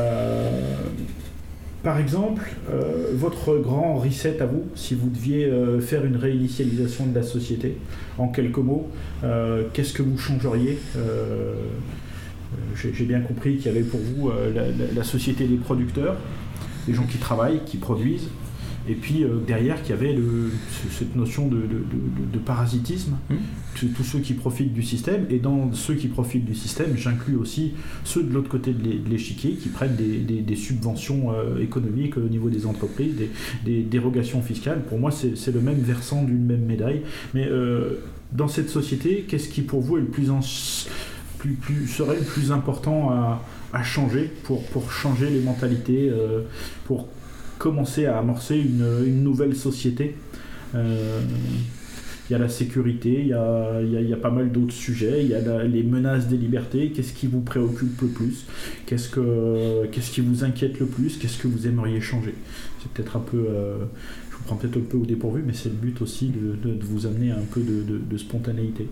Par exemple, votre grand reset à vous, si vous deviez faire une réinitialisation de la société, en quelques mots, qu'est-ce que vous changeriez ? J'ai bien compris qu'il y avait pour vous la société des producteurs, des gens qui travaillent, qui produisent, et puis derrière qu'il y avait cette notion de parasitisme, tous ceux qui profitent du système, et dans ceux qui profitent du système, j'inclus aussi ceux de l'autre côté de l'échiquier qui prennent des subventions économiques au niveau des entreprises, des dérogations fiscales. Pour moi, c'est le même versant d'une même médaille. Mais dans cette société, qu'est-ce qui pour vous est serait le plus important à changer pour changer les mentalités, pour commencer à amorcer une nouvelle société? Il y a la sécurité, il y a pas mal d'autres sujets, il y a les menaces des libertés. Qu'est-ce qui vous préoccupe le plus? Qu'est-ce qui vous inquiète le plus? Qu'est-ce que vous aimeriez changer? C'est peut-être un peu... je vous prends peut-être un peu au dépourvu, mais c'est le but aussi de vous amener un peu de spontanéité.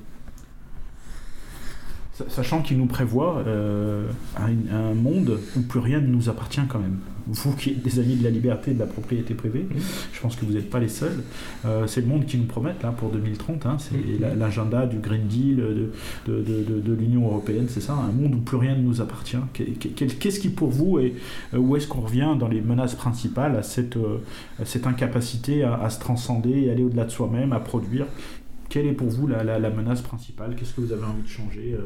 Sachant qu'il nous prévoit un monde où plus rien ne nous appartient quand même. Vous qui êtes des amis de la liberté et de la propriété privée, je pense que vous n'êtes pas les seuls. C'est le monde qui nous promet là, pour 2030. C'est l'agenda du Green Deal, de l'Union européenne, c'est ça, un monde où plus rien ne nous appartient. Qu'est-ce qui pour vous, et où est-ce qu'on revient dans les menaces principales à cette incapacité à se transcender et aller au-delà de soi-même, à produire? Quelle est pour vous la menace principale? Qu'est-ce que vous avez envie de changer?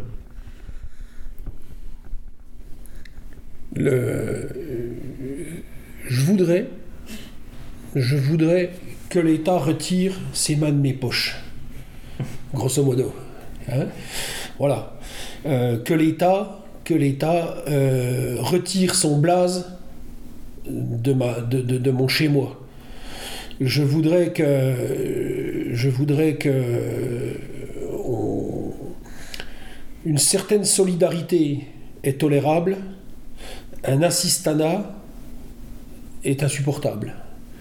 Je voudrais que l'État retire ses mains de mes poches, grosso modo. Voilà. Que l'État retire son blaze de mon chez-moi. Je voudrais que une certaine solidarité est tolérable, un assistanat est insupportable.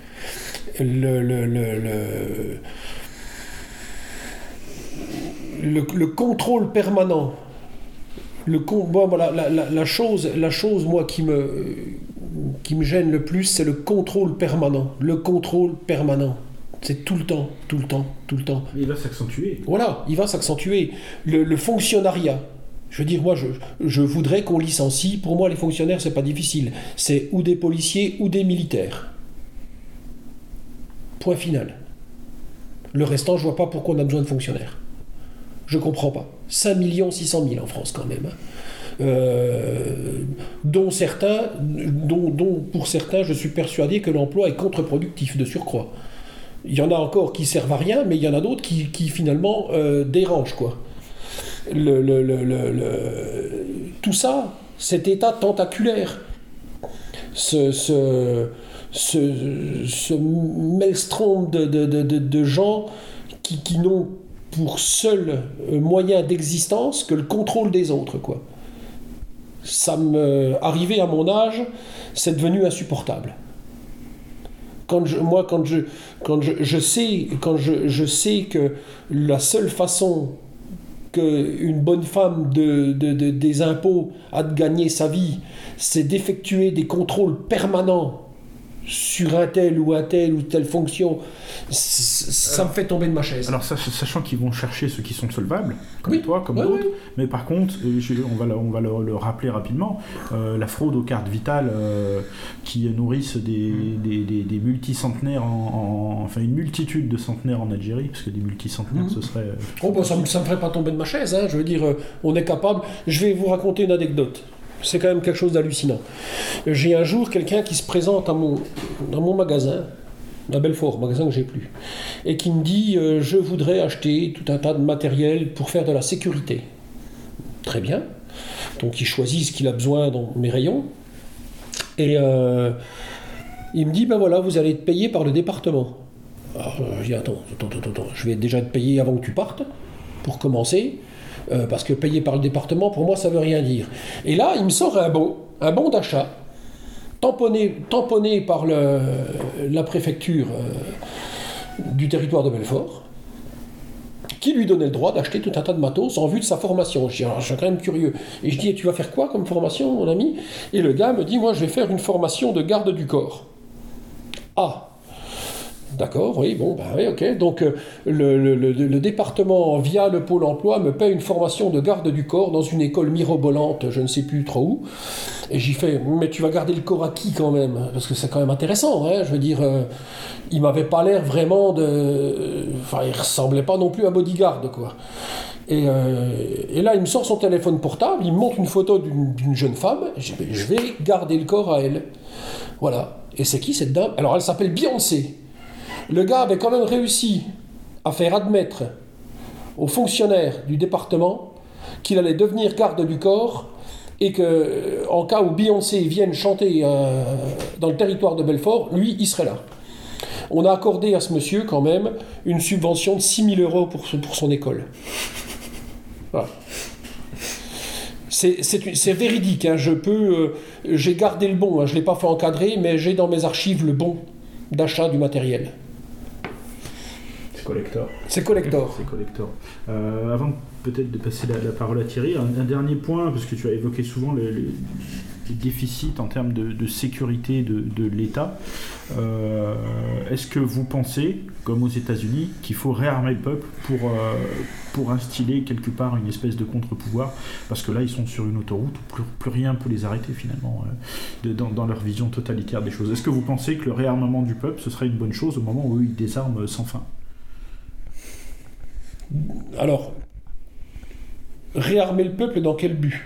Le contrôle permanent, la chose moi qui me gêne le plus, c'est le contrôle permanent. Le contrôle permanent. C'est tout le temps. Il va s'accentuer. Voilà, il va s'accentuer. Le fonctionnariat. Je veux dire, moi, je voudrais qu'on licencie. Pour moi, les fonctionnaires, c'est pas difficile. C'est ou des policiers ou des militaires. Point final. Le restant, je vois pas pourquoi on a besoin de fonctionnaires. Je comprends pas. 5 600 000 en France, quand même. Dont pour certains, je suis persuadé que l'emploi est contre-productif de surcroît. Il y en a encore qui servent à rien, mais il y en a d'autres qui finalement dérangent, quoi. Tout ça, cet état tentaculaire, ce maelstrom de gens qui n'ont pour seul moyen d'existence que le contrôle des autres, quoi. Arrivé à mon âge, c'est devenu insupportable. Quand je sais que la seule façon qu'une bonne femme des impôts a de gagner sa vie, c'est d'effectuer des contrôles permanents sur un tel ou telle fonction, ça me fait tomber de ma chaise. Alors sachant qu'ils vont chercher ceux qui sont solvables, comme toi, comme d'autres, mais par contre, on va le rappeler rapidement, la fraude aux cartes vitales qui nourrissent des multicentenaires, enfin une multitude de centenaires en Algérie, parce que des multicentenaires, ce serait... ça me ferait pas tomber de ma chaise, je veux dire, on est capable... Je vais vous raconter une anecdote. C'est quand même quelque chose d'hallucinant. J'ai un jour quelqu'un qui se présente dans mon magasin, à Belfort, magasin que j'ai plus, et qui me dit je voudrais acheter tout un tas de matériel pour faire de la sécurité. Très bien. Donc il choisit ce qu'il a besoin dans mes rayons, et il me dit voilà, vous allez être payé par le département. Alors je dis attends, je vais déjà te payer avant que tu partes, pour commencer. Parce que payer par le département, pour moi, ça veut rien dire. Et là, il me sort un bon d'achat, tamponné par la préfecture du territoire de Belfort, qui lui donnait le droit d'acheter tout un tas de matos en vue de sa formation. Je suis quand même curieux. Et je dis, tu vas faire quoi comme formation, mon ami? Et le gars me dit, moi, je vais faire une formation de garde du corps. Ah, D'accord, oui, bon, oui, ok. Donc le département, via le Pôle emploi, me paie une formation de garde du corps dans une école mirobolante, je ne sais plus trop où. Et j'y fais, mais tu vas garder le corps à qui quand même? Parce que c'est quand même intéressant, hein, je veux dire, il m'avait pas l'air vraiment de... Enfin, il ressemblait pas non plus à bodyguard, quoi. Et là, il me sort son téléphone portable, il me montre une photo d'une jeune femme, et je vais garder le corps à elle. Voilà. Et c'est qui cette dame? Alors, elle s'appelle Beyoncé. Le gars avait quand même réussi à faire admettre aux fonctionnaires du département qu'il allait devenir garde du corps et que, en cas où Beyoncé vienne chanter dans le territoire de Belfort, lui, il serait là. On a accordé à ce monsieur, quand même, une subvention de 6 000 € pour son école. Voilà. C'est véridique, hein. J'ai gardé le bon, hein. Je ne l'ai pas fait encadrer, mais j'ai dans mes archives le bon d'achat du matériel. C'est collector. C'est collector. C'est collector. Avant peut-être de passer la parole à Thierry, un dernier point, parce que tu as évoqué souvent les déficits en termes de sécurité de l'État. Est-ce que vous pensez, comme aux États-Unis, qu'il faut réarmer le peuple pour instiller quelque part une espèce de contre-pouvoir? Parce que là, ils sont sur une autoroute où plus rien ne peut les arrêter finalement, dans leur vision totalitaire des choses. Est-ce que vous pensez que le réarmement du peuple, ce serait une bonne chose au moment où ils désarment sans fin? Alors, réarmer le peuple dans quel but?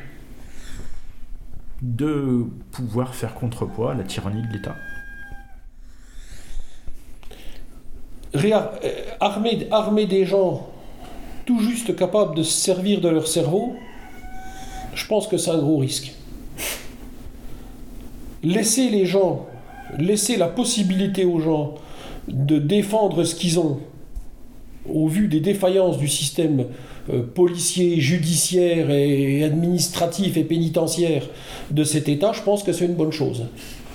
De pouvoir faire contrepoids à la tyrannie de l'État. Armer des gens tout juste capables de se servir de leur cerveau, je pense que c'est un gros risque. Laisser la possibilité aux gens de défendre ce qu'ils ont au vu des défaillances du système policier, judiciaire et administratif et pénitentiaire de cet État, je pense que c'est une bonne chose.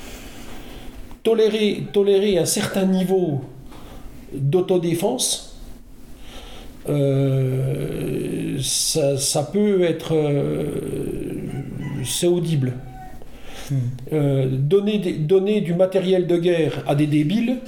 Tolérer un certain niveau d'autodéfense, ça peut être... c'est audible. Donner du matériel de guerre à des débiles,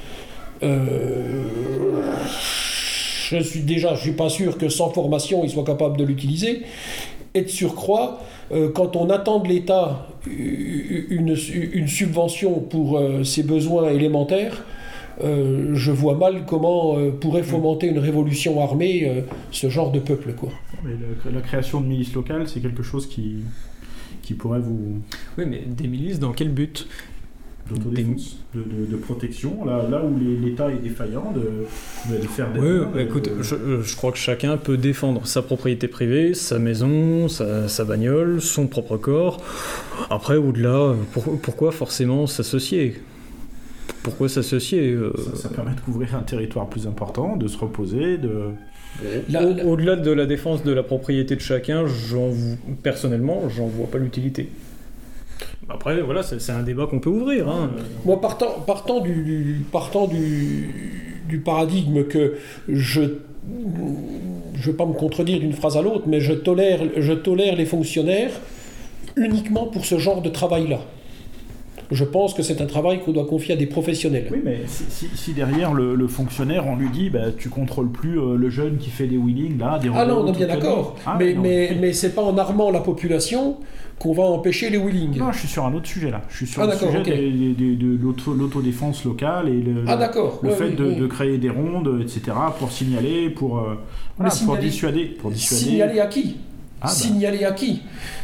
je suis pas sûr que sans formation ils soient capables de l'utiliser. Et de surcroît, quand on attend de l'État une subvention pour ses besoins élémentaires, je vois mal comment pourrait fomenter une révolution armée ce genre de peuple, quoi. Mais la création de milices locales, c'est quelque chose qui pourrait vous... Oui, mais des milices, dans quel but? D'autodéfense, de protection, là où l'État est défaillant, de faire des... Oui, écoute, je crois que chacun peut défendre sa propriété privée, sa maison, sa bagnole, son propre corps. Après, au-delà, pourquoi forcément s'associer? Pourquoi s'associer ça permet de couvrir un territoire plus important, de se reposer, Au-delà de la défense de la propriété de chacun, personnellement, j'en vois pas l'utilité. Après, voilà, c'est un débat qu'on peut ouvrir. Hein. Moi, partant du paradigme que je ne vais pas me contredire d'une phrase à l'autre, mais je tolère les fonctionnaires uniquement pour ce genre de travail-là. Je pense que c'est un travail qu'on doit confier à des professionnels. Oui, mais si derrière le fonctionnaire, on lui dit tu contrôles plus le jeune qui fait des wheelings, là, des robots... Ah non, on est bien d'accord. Mais c'est pas en armant la population qu'on va empêcher les wheelings. Non, je suis sur un autre sujet là. Je suis sur le sujet de l'autodéfense locale et le fait de créer des rondes, etc., pour signaler, pour dissuader. Signaler à qui? Signaler à qui?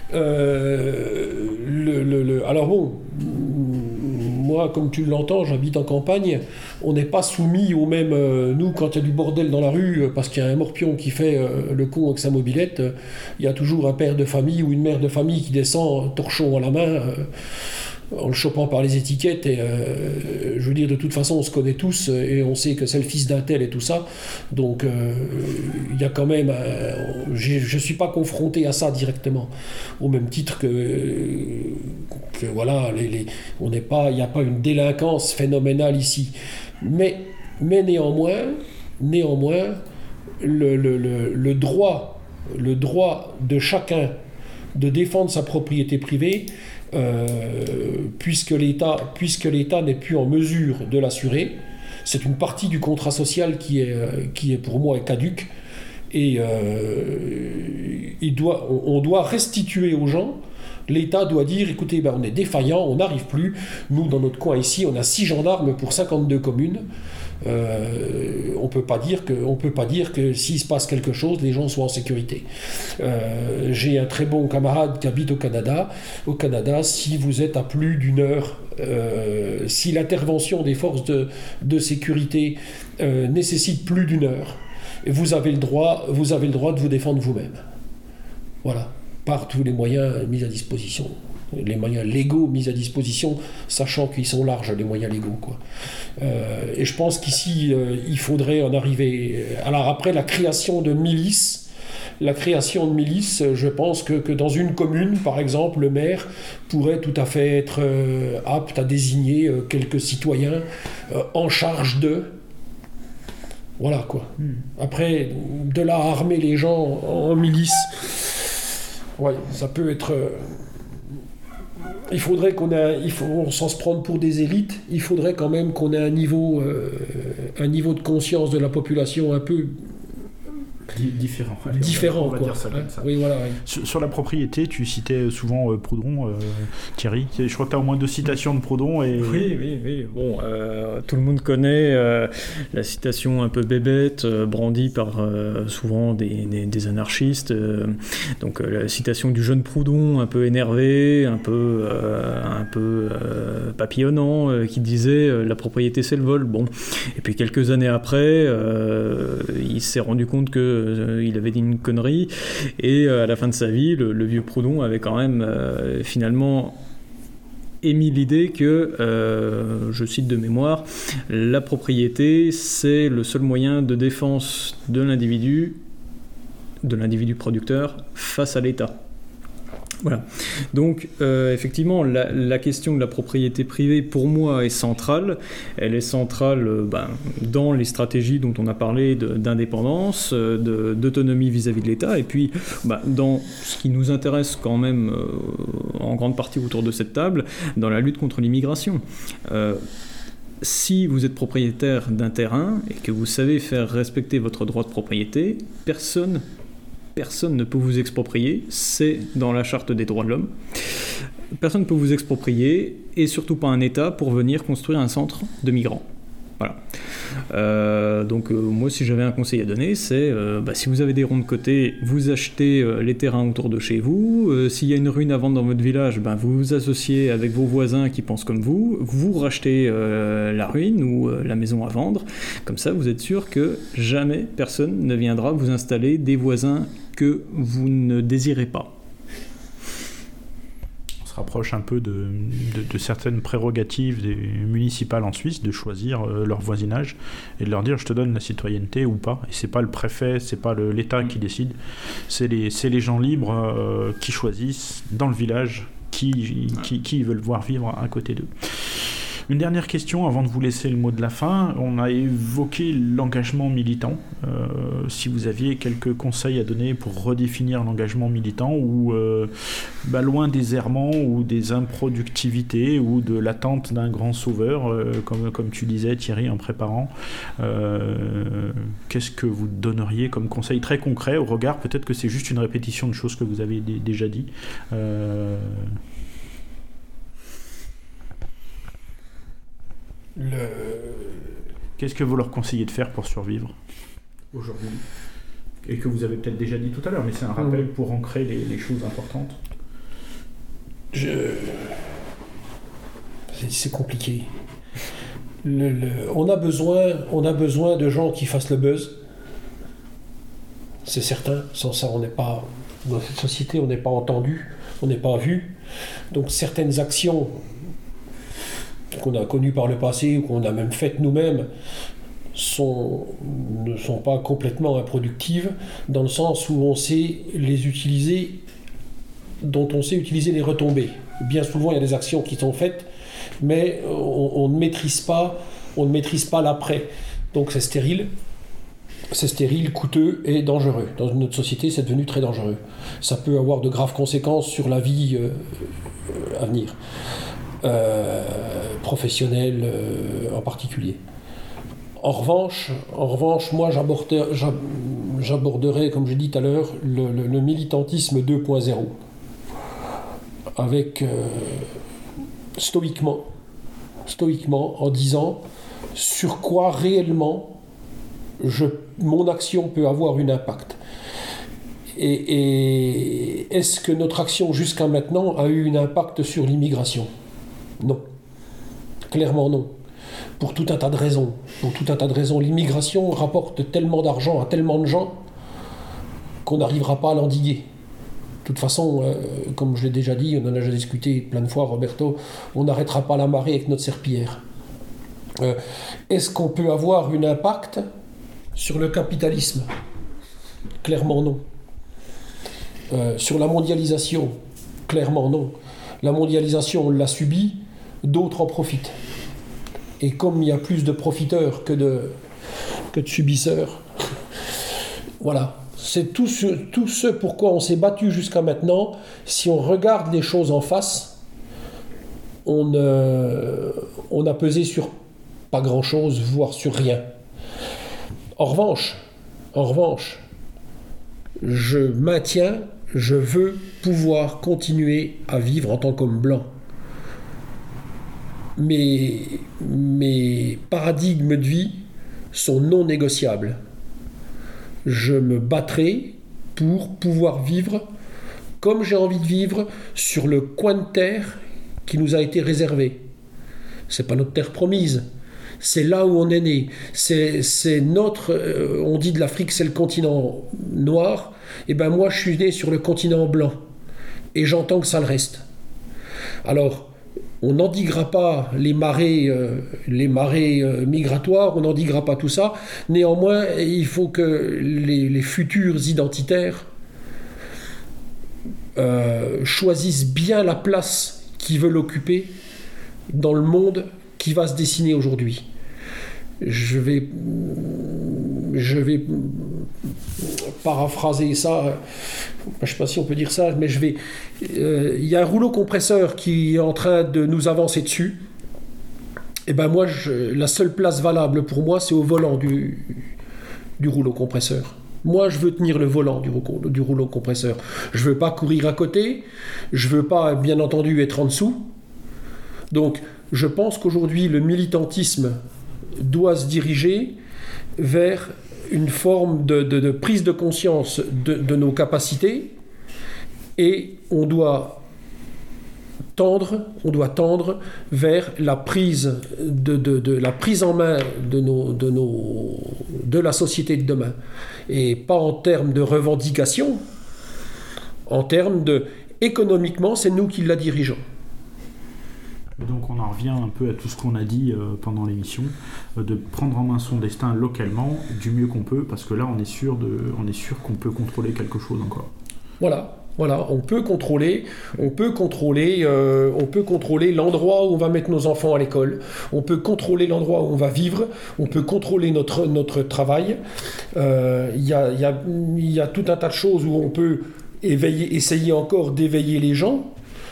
Alors bon, moi, comme tu l'entends, j'habite en campagne, on n'est pas soumis au même... nous, quand il y a du bordel dans la rue, parce qu'il y a un morpion qui fait le con avec sa mobilette, il y a toujours un père de famille ou une mère de famille qui descend, torchon à la main, en le chopant par les étiquettes. Et je veux dire, de toute façon, on se connaît tous et on sait que c'est le fils d'un tel et tout ça. Donc, il y a quand même... je ne suis pas confronté à ça directement, au même titre que voilà, il n'y a pas une délinquance phénoménale ici. Mais néanmoins, le droit de chacun de défendre sa propriété privée, puisque l'État n'est plus en mesure de l'assurer, c'est une partie du contrat social qui est pour moi caduque. Et on doit restituer aux gens. L'État doit dire, écoutez, on est défaillant, on n'arrive plus. Nous, dans notre coin ici, on a 6 gendarmes pour 52 communes. On peut pas dire que s'il se passe quelque chose, les gens soient en sécurité. J'ai un très bon camarade qui habite au Canada. Au Canada, si vous êtes à plus d'une heure, si l'intervention des forces de sécurité nécessite plus d'une heure, vous avez le droit de vous défendre vous-même. Voilà, par tous les moyens mis à disposition. Les moyens légaux mis à disposition, sachant qu'ils sont larges, les moyens légaux, quoi. Et je pense qu'ici, il faudrait en arriver... Alors après, la création de milices, je pense que dans une commune, par exemple, le maire pourrait tout à fait être apte à désigner quelques citoyens en charge de... Voilà, quoi. Après, de là à armer les gens en milice, ouais, ça peut être... Il faudrait sans se prendre pour des élites, il faudrait quand même qu'on ait un niveau de conscience de la population un peu différent. Différent, on va quoi. Dire ça comme ça. Oui, voilà. Oui. Sur la propriété, tu citais souvent Proudhon, Thierry. Je crois que tu as au moins 2 citations de Proudhon. Et... Oui. Bon, tout le monde connaît la citation un peu bébête, brandie par souvent des anarchistes. Donc la citation du jeune Proudhon, un peu énervé, un peu papillonnant, qui disait la propriété c'est le vol. Bon, et puis quelques années après, il s'est rendu compte que il avait dit une connerie, et à la fin de sa vie, le vieux Proudhon avait quand même finalement émis l'idée que, je cite de mémoire, la propriété c'est le seul moyen de défense de l'individu producteur face à l'État. Voilà. Donc, effectivement, la question de la propriété privée, pour moi, est centrale. Elle est centrale dans les stratégies dont on a parlé d'indépendance, d'autonomie vis-à-vis de l'État, et puis dans ce qui nous intéresse quand même en grande partie autour de cette table, dans la lutte contre l'immigration. Si vous êtes propriétaire d'un terrain et que vous savez faire respecter votre droit de propriété, personne ne peut vous exproprier, c'est dans la charte des droits de l'homme. Personne ne peut vous exproprier, et surtout pas un État, pour venir construire un centre de migrants. Voilà. Donc moi, si j'avais un conseil à donner, c'est si vous avez des ronds de côté, vous achetez les terrains autour de chez vous. S'il y a une ruine à vendre dans votre village, vous vous associez avec vos voisins qui pensent comme vous rachetez la ruine ou la maison à vendre. Comme ça, vous êtes sûr que jamais personne ne viendra vous installer des voisins que vous ne désirez pas. On se rapproche un peu de certaines prérogatives des municipales en Suisse, de choisir leur voisinage et de leur dire je te donne la citoyenneté ou pas. Et c'est pas le préfet, c'est pas l'État qui décide, c'est les gens libres qui choisissent dans le village qui veulent voir vivre à côté d'eux. Une dernière question avant de vous laisser le mot de la fin. On a évoqué l'engagement militant. Si vous aviez quelques conseils à donner pour redéfinir l'engagement militant, ou loin des errements ou des improductivités ou de l'attente d'un grand sauveur, comme tu disais Thierry en préparant, qu'est-ce que vous donneriez comme conseil très concret au regard, peut-être que c'est juste une répétition de choses que vous avez déjà dit. Qu'est-ce que vous leur conseillez de faire pour survivre aujourd'hui ? Et que vous avez peut-être déjà dit tout à l'heure, mais c'est un rappel pour ancrer les choses importantes. C'est compliqué. On a besoin de gens qui fassent le buzz. C'est certain. Sans ça, on n'est pas dans cette société, on n'est pas entendu, on n'est pas vu. Donc certaines actions qu'on a connues par le passé ou qu'on a même faites nous-mêmes ne sont pas complètement improductives, dans le sens où on sait les utiliser, dont on sait utiliser les retombées. Bien souvent, il y a des actions qui sont faites, mais on ne maîtrise pas l'après. Donc c'est stérile, coûteux et dangereux. Dans notre société, c'est devenu très dangereux. Ça peut avoir de graves conséquences sur la vie à venir, professionnelle en particulier. En revanche, moi j'aborderai, comme j'ai dit tout à l'heure, le militantisme 2.0 avec stoïquement, en disant sur quoi réellement mon action peut avoir un impact. Et est-ce que notre action jusqu'à maintenant a eu un impact sur l'immigration ? Non. Clairement non. Pour tout un tas de raisons. L'immigration rapporte tellement d'argent à tellement de gens qu'on n'arrivera pas à l'endiguer. De toute façon, comme je l'ai déjà dit, on en a déjà discuté plein de fois, Roberto, on n'arrêtera pas la marée avec notre serpillière. Est-ce qu'on peut avoir un impact sur le capitalisme ? Clairement non. Sur la mondialisation ? Clairement non. La mondialisation, on l'a subie, d'autres en profitent. Et comme il y a plus de profiteurs que de subisseurs, voilà. C'est tout ce pourquoi on s'est battu jusqu'à maintenant. Si on regarde les choses en face, on a pesé sur pas grand-chose, voire sur rien. En revanche, je maintiens, je veux pouvoir continuer à vivre en tant qu'homme blanc. Mes paradigmes de vie sont non négociables. Je me battrai pour pouvoir vivre comme j'ai envie de vivre sur le coin de terre qui nous a été réservé. C'est pas notre terre promise. C'est là où on est né. C'est notre... on dit de l'Afrique, c'est le continent noir. Et ben moi, je suis né sur le continent blanc. Et j'entends que ça le reste. Alors... on n'endiguera pas les marées migratoires, on n'endiguera pas tout ça. Néanmoins, il faut que les futurs identitaires choisissent bien la place qu'ils veulent occuper dans le monde qui va se dessiner aujourd'hui. Je vais paraphraser ça, je ne sais pas si on peut dire ça, mais il y a un rouleau compresseur qui est en train de nous avancer dessus. Et ben moi, la seule place valable pour moi, c'est au volant du rouleau compresseur. Moi, je veux tenir le volant du rouleau compresseur. Je veux pas courir à côté, je veux pas, bien entendu, être en dessous. Donc, je pense qu'aujourd'hui, le militantisme doit se diriger vers une forme de prise de conscience de nos capacités, et on doit tendre vers la prise la prise en main de la société de demain, et pas en termes de revendication, en termes de économiquement, c'est nous qui la dirigeons. Donc on en revient un peu à tout ce qu'on a dit pendant l'émission, de prendre en main son destin localement du mieux qu'on peut, parce que là on est sûr qu'on peut contrôler quelque chose encore. Voilà, on peut contrôler l'endroit où on va mettre nos enfants à l'école, on peut contrôler l'endroit où on va vivre, on peut contrôler notre travail. Il y a tout un tas de choses où on peut essayer encore d'éveiller les gens.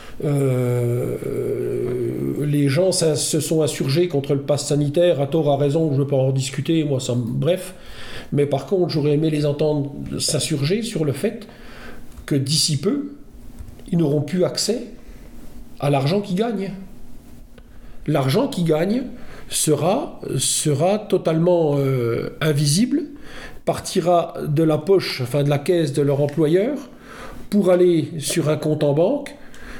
Les gens se sont insurgés contre le pass sanitaire, à tort, à raison, je ne veux pas en discuter, moi ça bref. Mais par contre, j'aurais aimé les entendre s'insurger sur le fait que d'ici peu, ils n'auront plus accès à l'argent qu'ils gagnent. L'argent qu'ils gagnent sera totalement invisible, partira de la poche, enfin de la caisse de leur employeur, pour aller sur un compte en banque,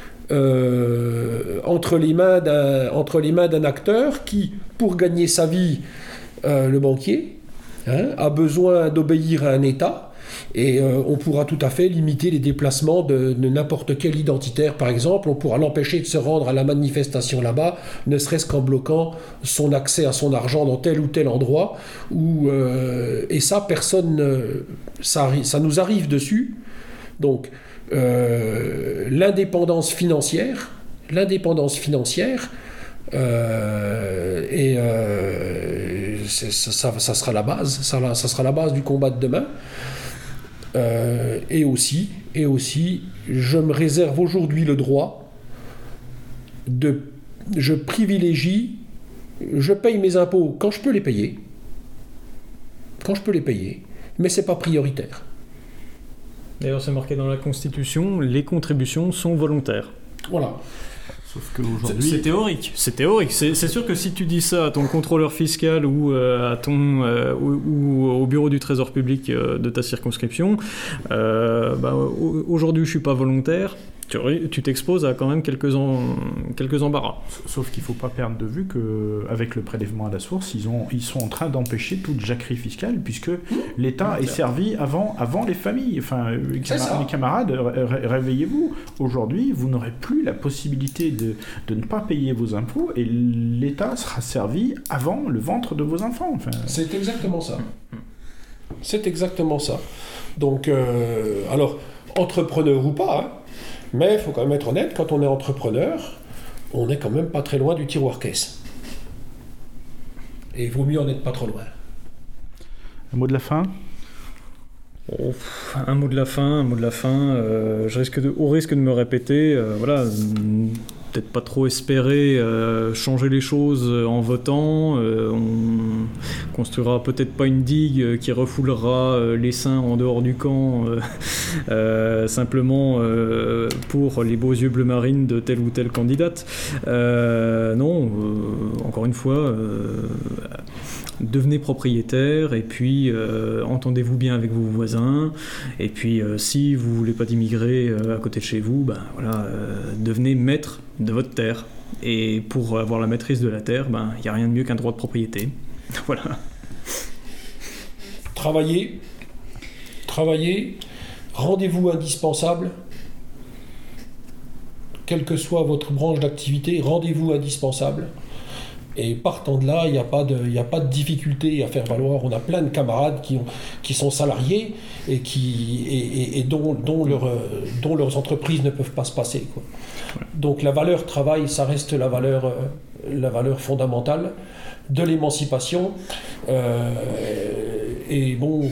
entre les mains d'un acteur qui, pour gagner sa vie, le banquier, a besoin d'obéir à un État, et on pourra tout à fait limiter les déplacements de n'importe quel identitaire, par exemple. On pourra l'empêcher de se rendre à la manifestation là-bas, ne serait-ce qu'en bloquant son accès à son argent dans tel ou tel endroit, et ça, ça nous arrive dessus. Donc, l'indépendance financière, ça sera la base, ça sera la base du combat de demain. Et aussi, je me réserve aujourd'hui le droit je paye mes impôts quand je peux les payer, quand je peux les payer, mais c'est pas prioritaire. D'ailleurs, c'est marqué dans la Constitution, les contributions sont volontaires. Voilà. Sauf qu'aujourd'hui... C'est théorique. C'est sûr que si tu dis ça à ton contrôleur fiscal ou ou au bureau du Trésor public de ta circonscription, aujourd'hui je suis pas volontaire, tu t'exposes à quand même quelques embarras. Sauf qu'il ne faut pas perdre de vue qu'avec le prélèvement à la source, ils sont en train d'empêcher toute jacquerie fiscale, puisque l'État est servi avant les familles. Enfin, les camarades, réveillez-vous. Aujourd'hui, vous n'aurez plus la possibilité de ne pas payer vos impôts, et l'État sera servi avant le ventre de vos enfants. Enfin... C'est exactement ça. C'est exactement ça. Donc, alors, entrepreneur ou pas, hein, mais il faut quand même être honnête, quand on est entrepreneur, on n'est quand même pas très loin du tiroir caisse. Et il vaut mieux en être pas trop loin. Un mot de la fin ? Un mot de la fin. Au risque de me répéter, voilà, peut-être pas trop espérer changer les choses en votant. On construira peut-être pas une digue qui refoulera les saints en dehors du camp simplement pour les beaux yeux bleu marine de telle ou telle candidate. Non, encore une fois, devenez propriétaire, et puis entendez-vous bien avec vos voisins, et puis si vous voulez pas d'immigrer à côté de chez vous, devenez maître de votre terre. Et pour avoir la maîtrise de la terre, il n'y a rien de mieux qu'un droit de propriété. Voilà. Travaillez, rendez-vous indispensable, quelle que soit votre branche d'activité, rendez-vous indispensable. Et partant de là, il n'y a pas de difficulté à faire valoir. On a plein de camarades qui sont salariés et dont leurs entreprises ne peuvent pas se passer, quoi. Donc la valeur travail, ça reste la valeur fondamentale de l'émancipation. Et bon,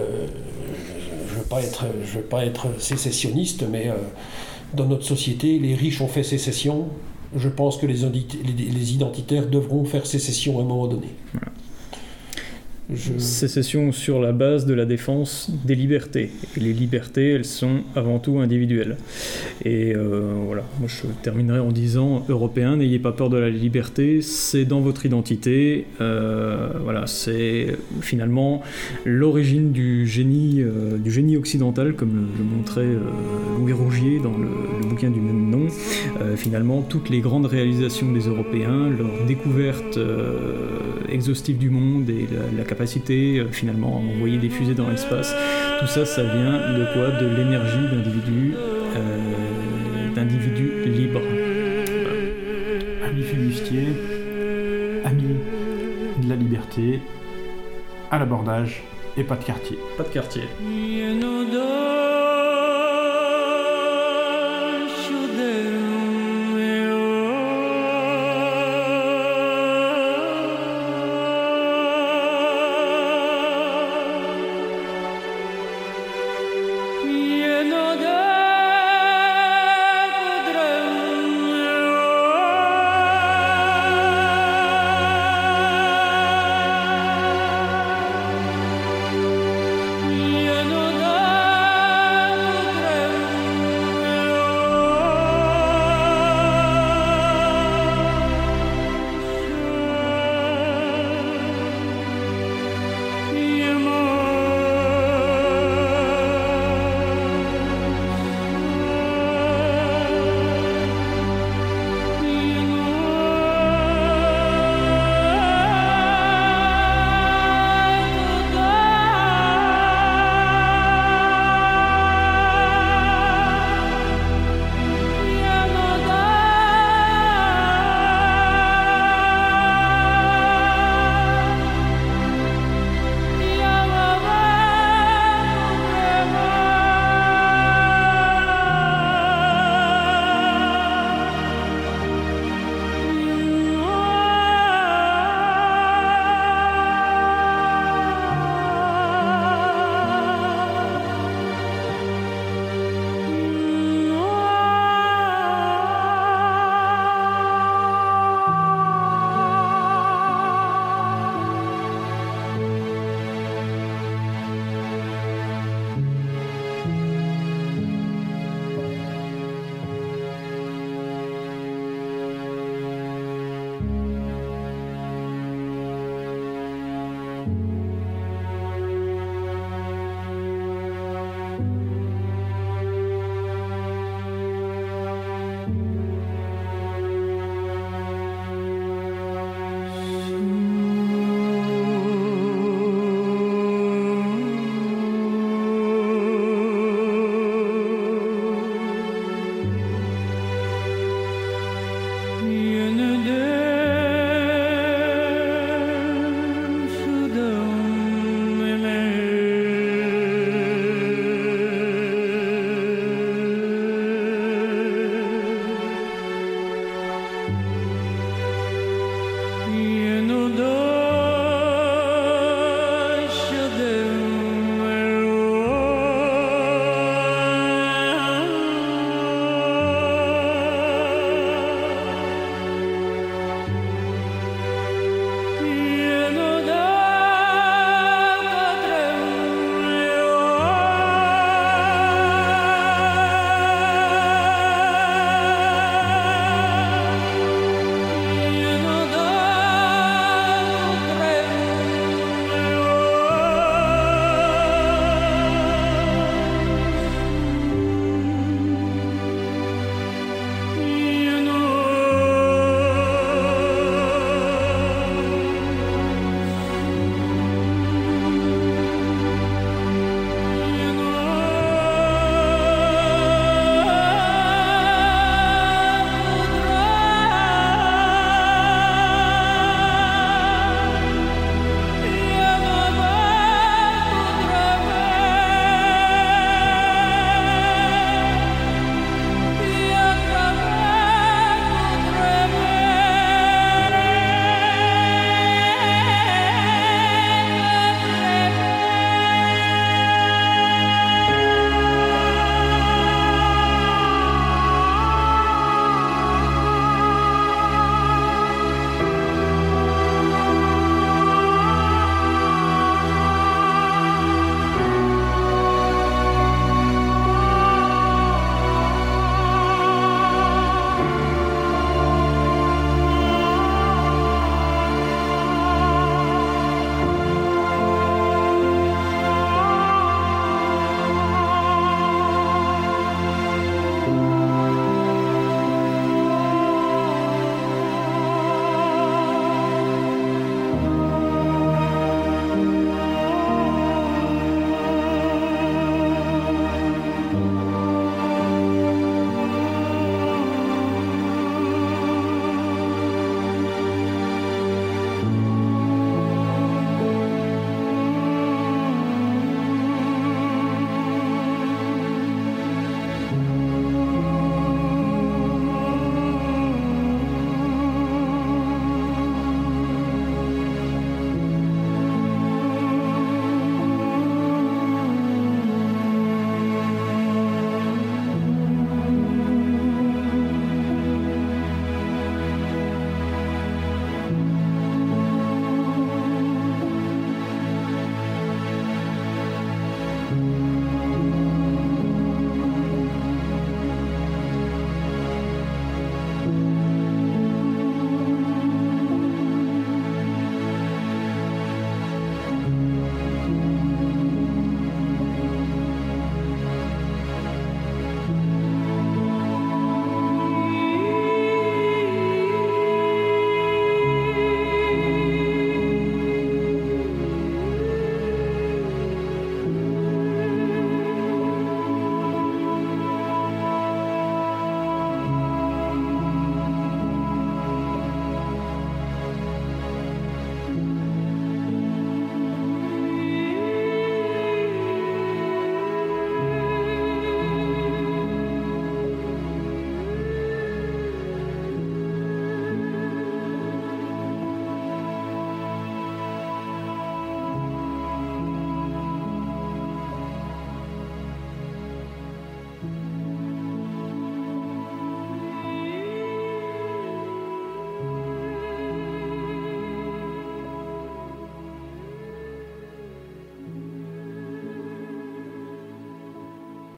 je veux pas être sécessionniste, mais dans notre société, les riches ont fait sécession. Je pense que les identitaires devront faire sécession à un moment donné. Voilà. Sécession sur la base de la défense des libertés. Et les libertés, elles sont avant tout individuelles. Et voilà, moi je terminerai en disant, Européens, n'ayez pas peur de la liberté, c'est dans votre identité. Voilà, c'est finalement l'origine du génie occidental, comme le montrait Louis Rougier dans le bouquin du même nom. Finalement, toutes les grandes réalisations des Européens, leur découverte exhaustive du monde et la capacité finalement à envoyer des fusées dans l'espace, tout ça, ça vient de quoi ? De l'énergie d'individus libres. Voilà. Amis flibustiers, amis de la liberté, à l'abordage et pas de quartier. Pas de quartier. You know,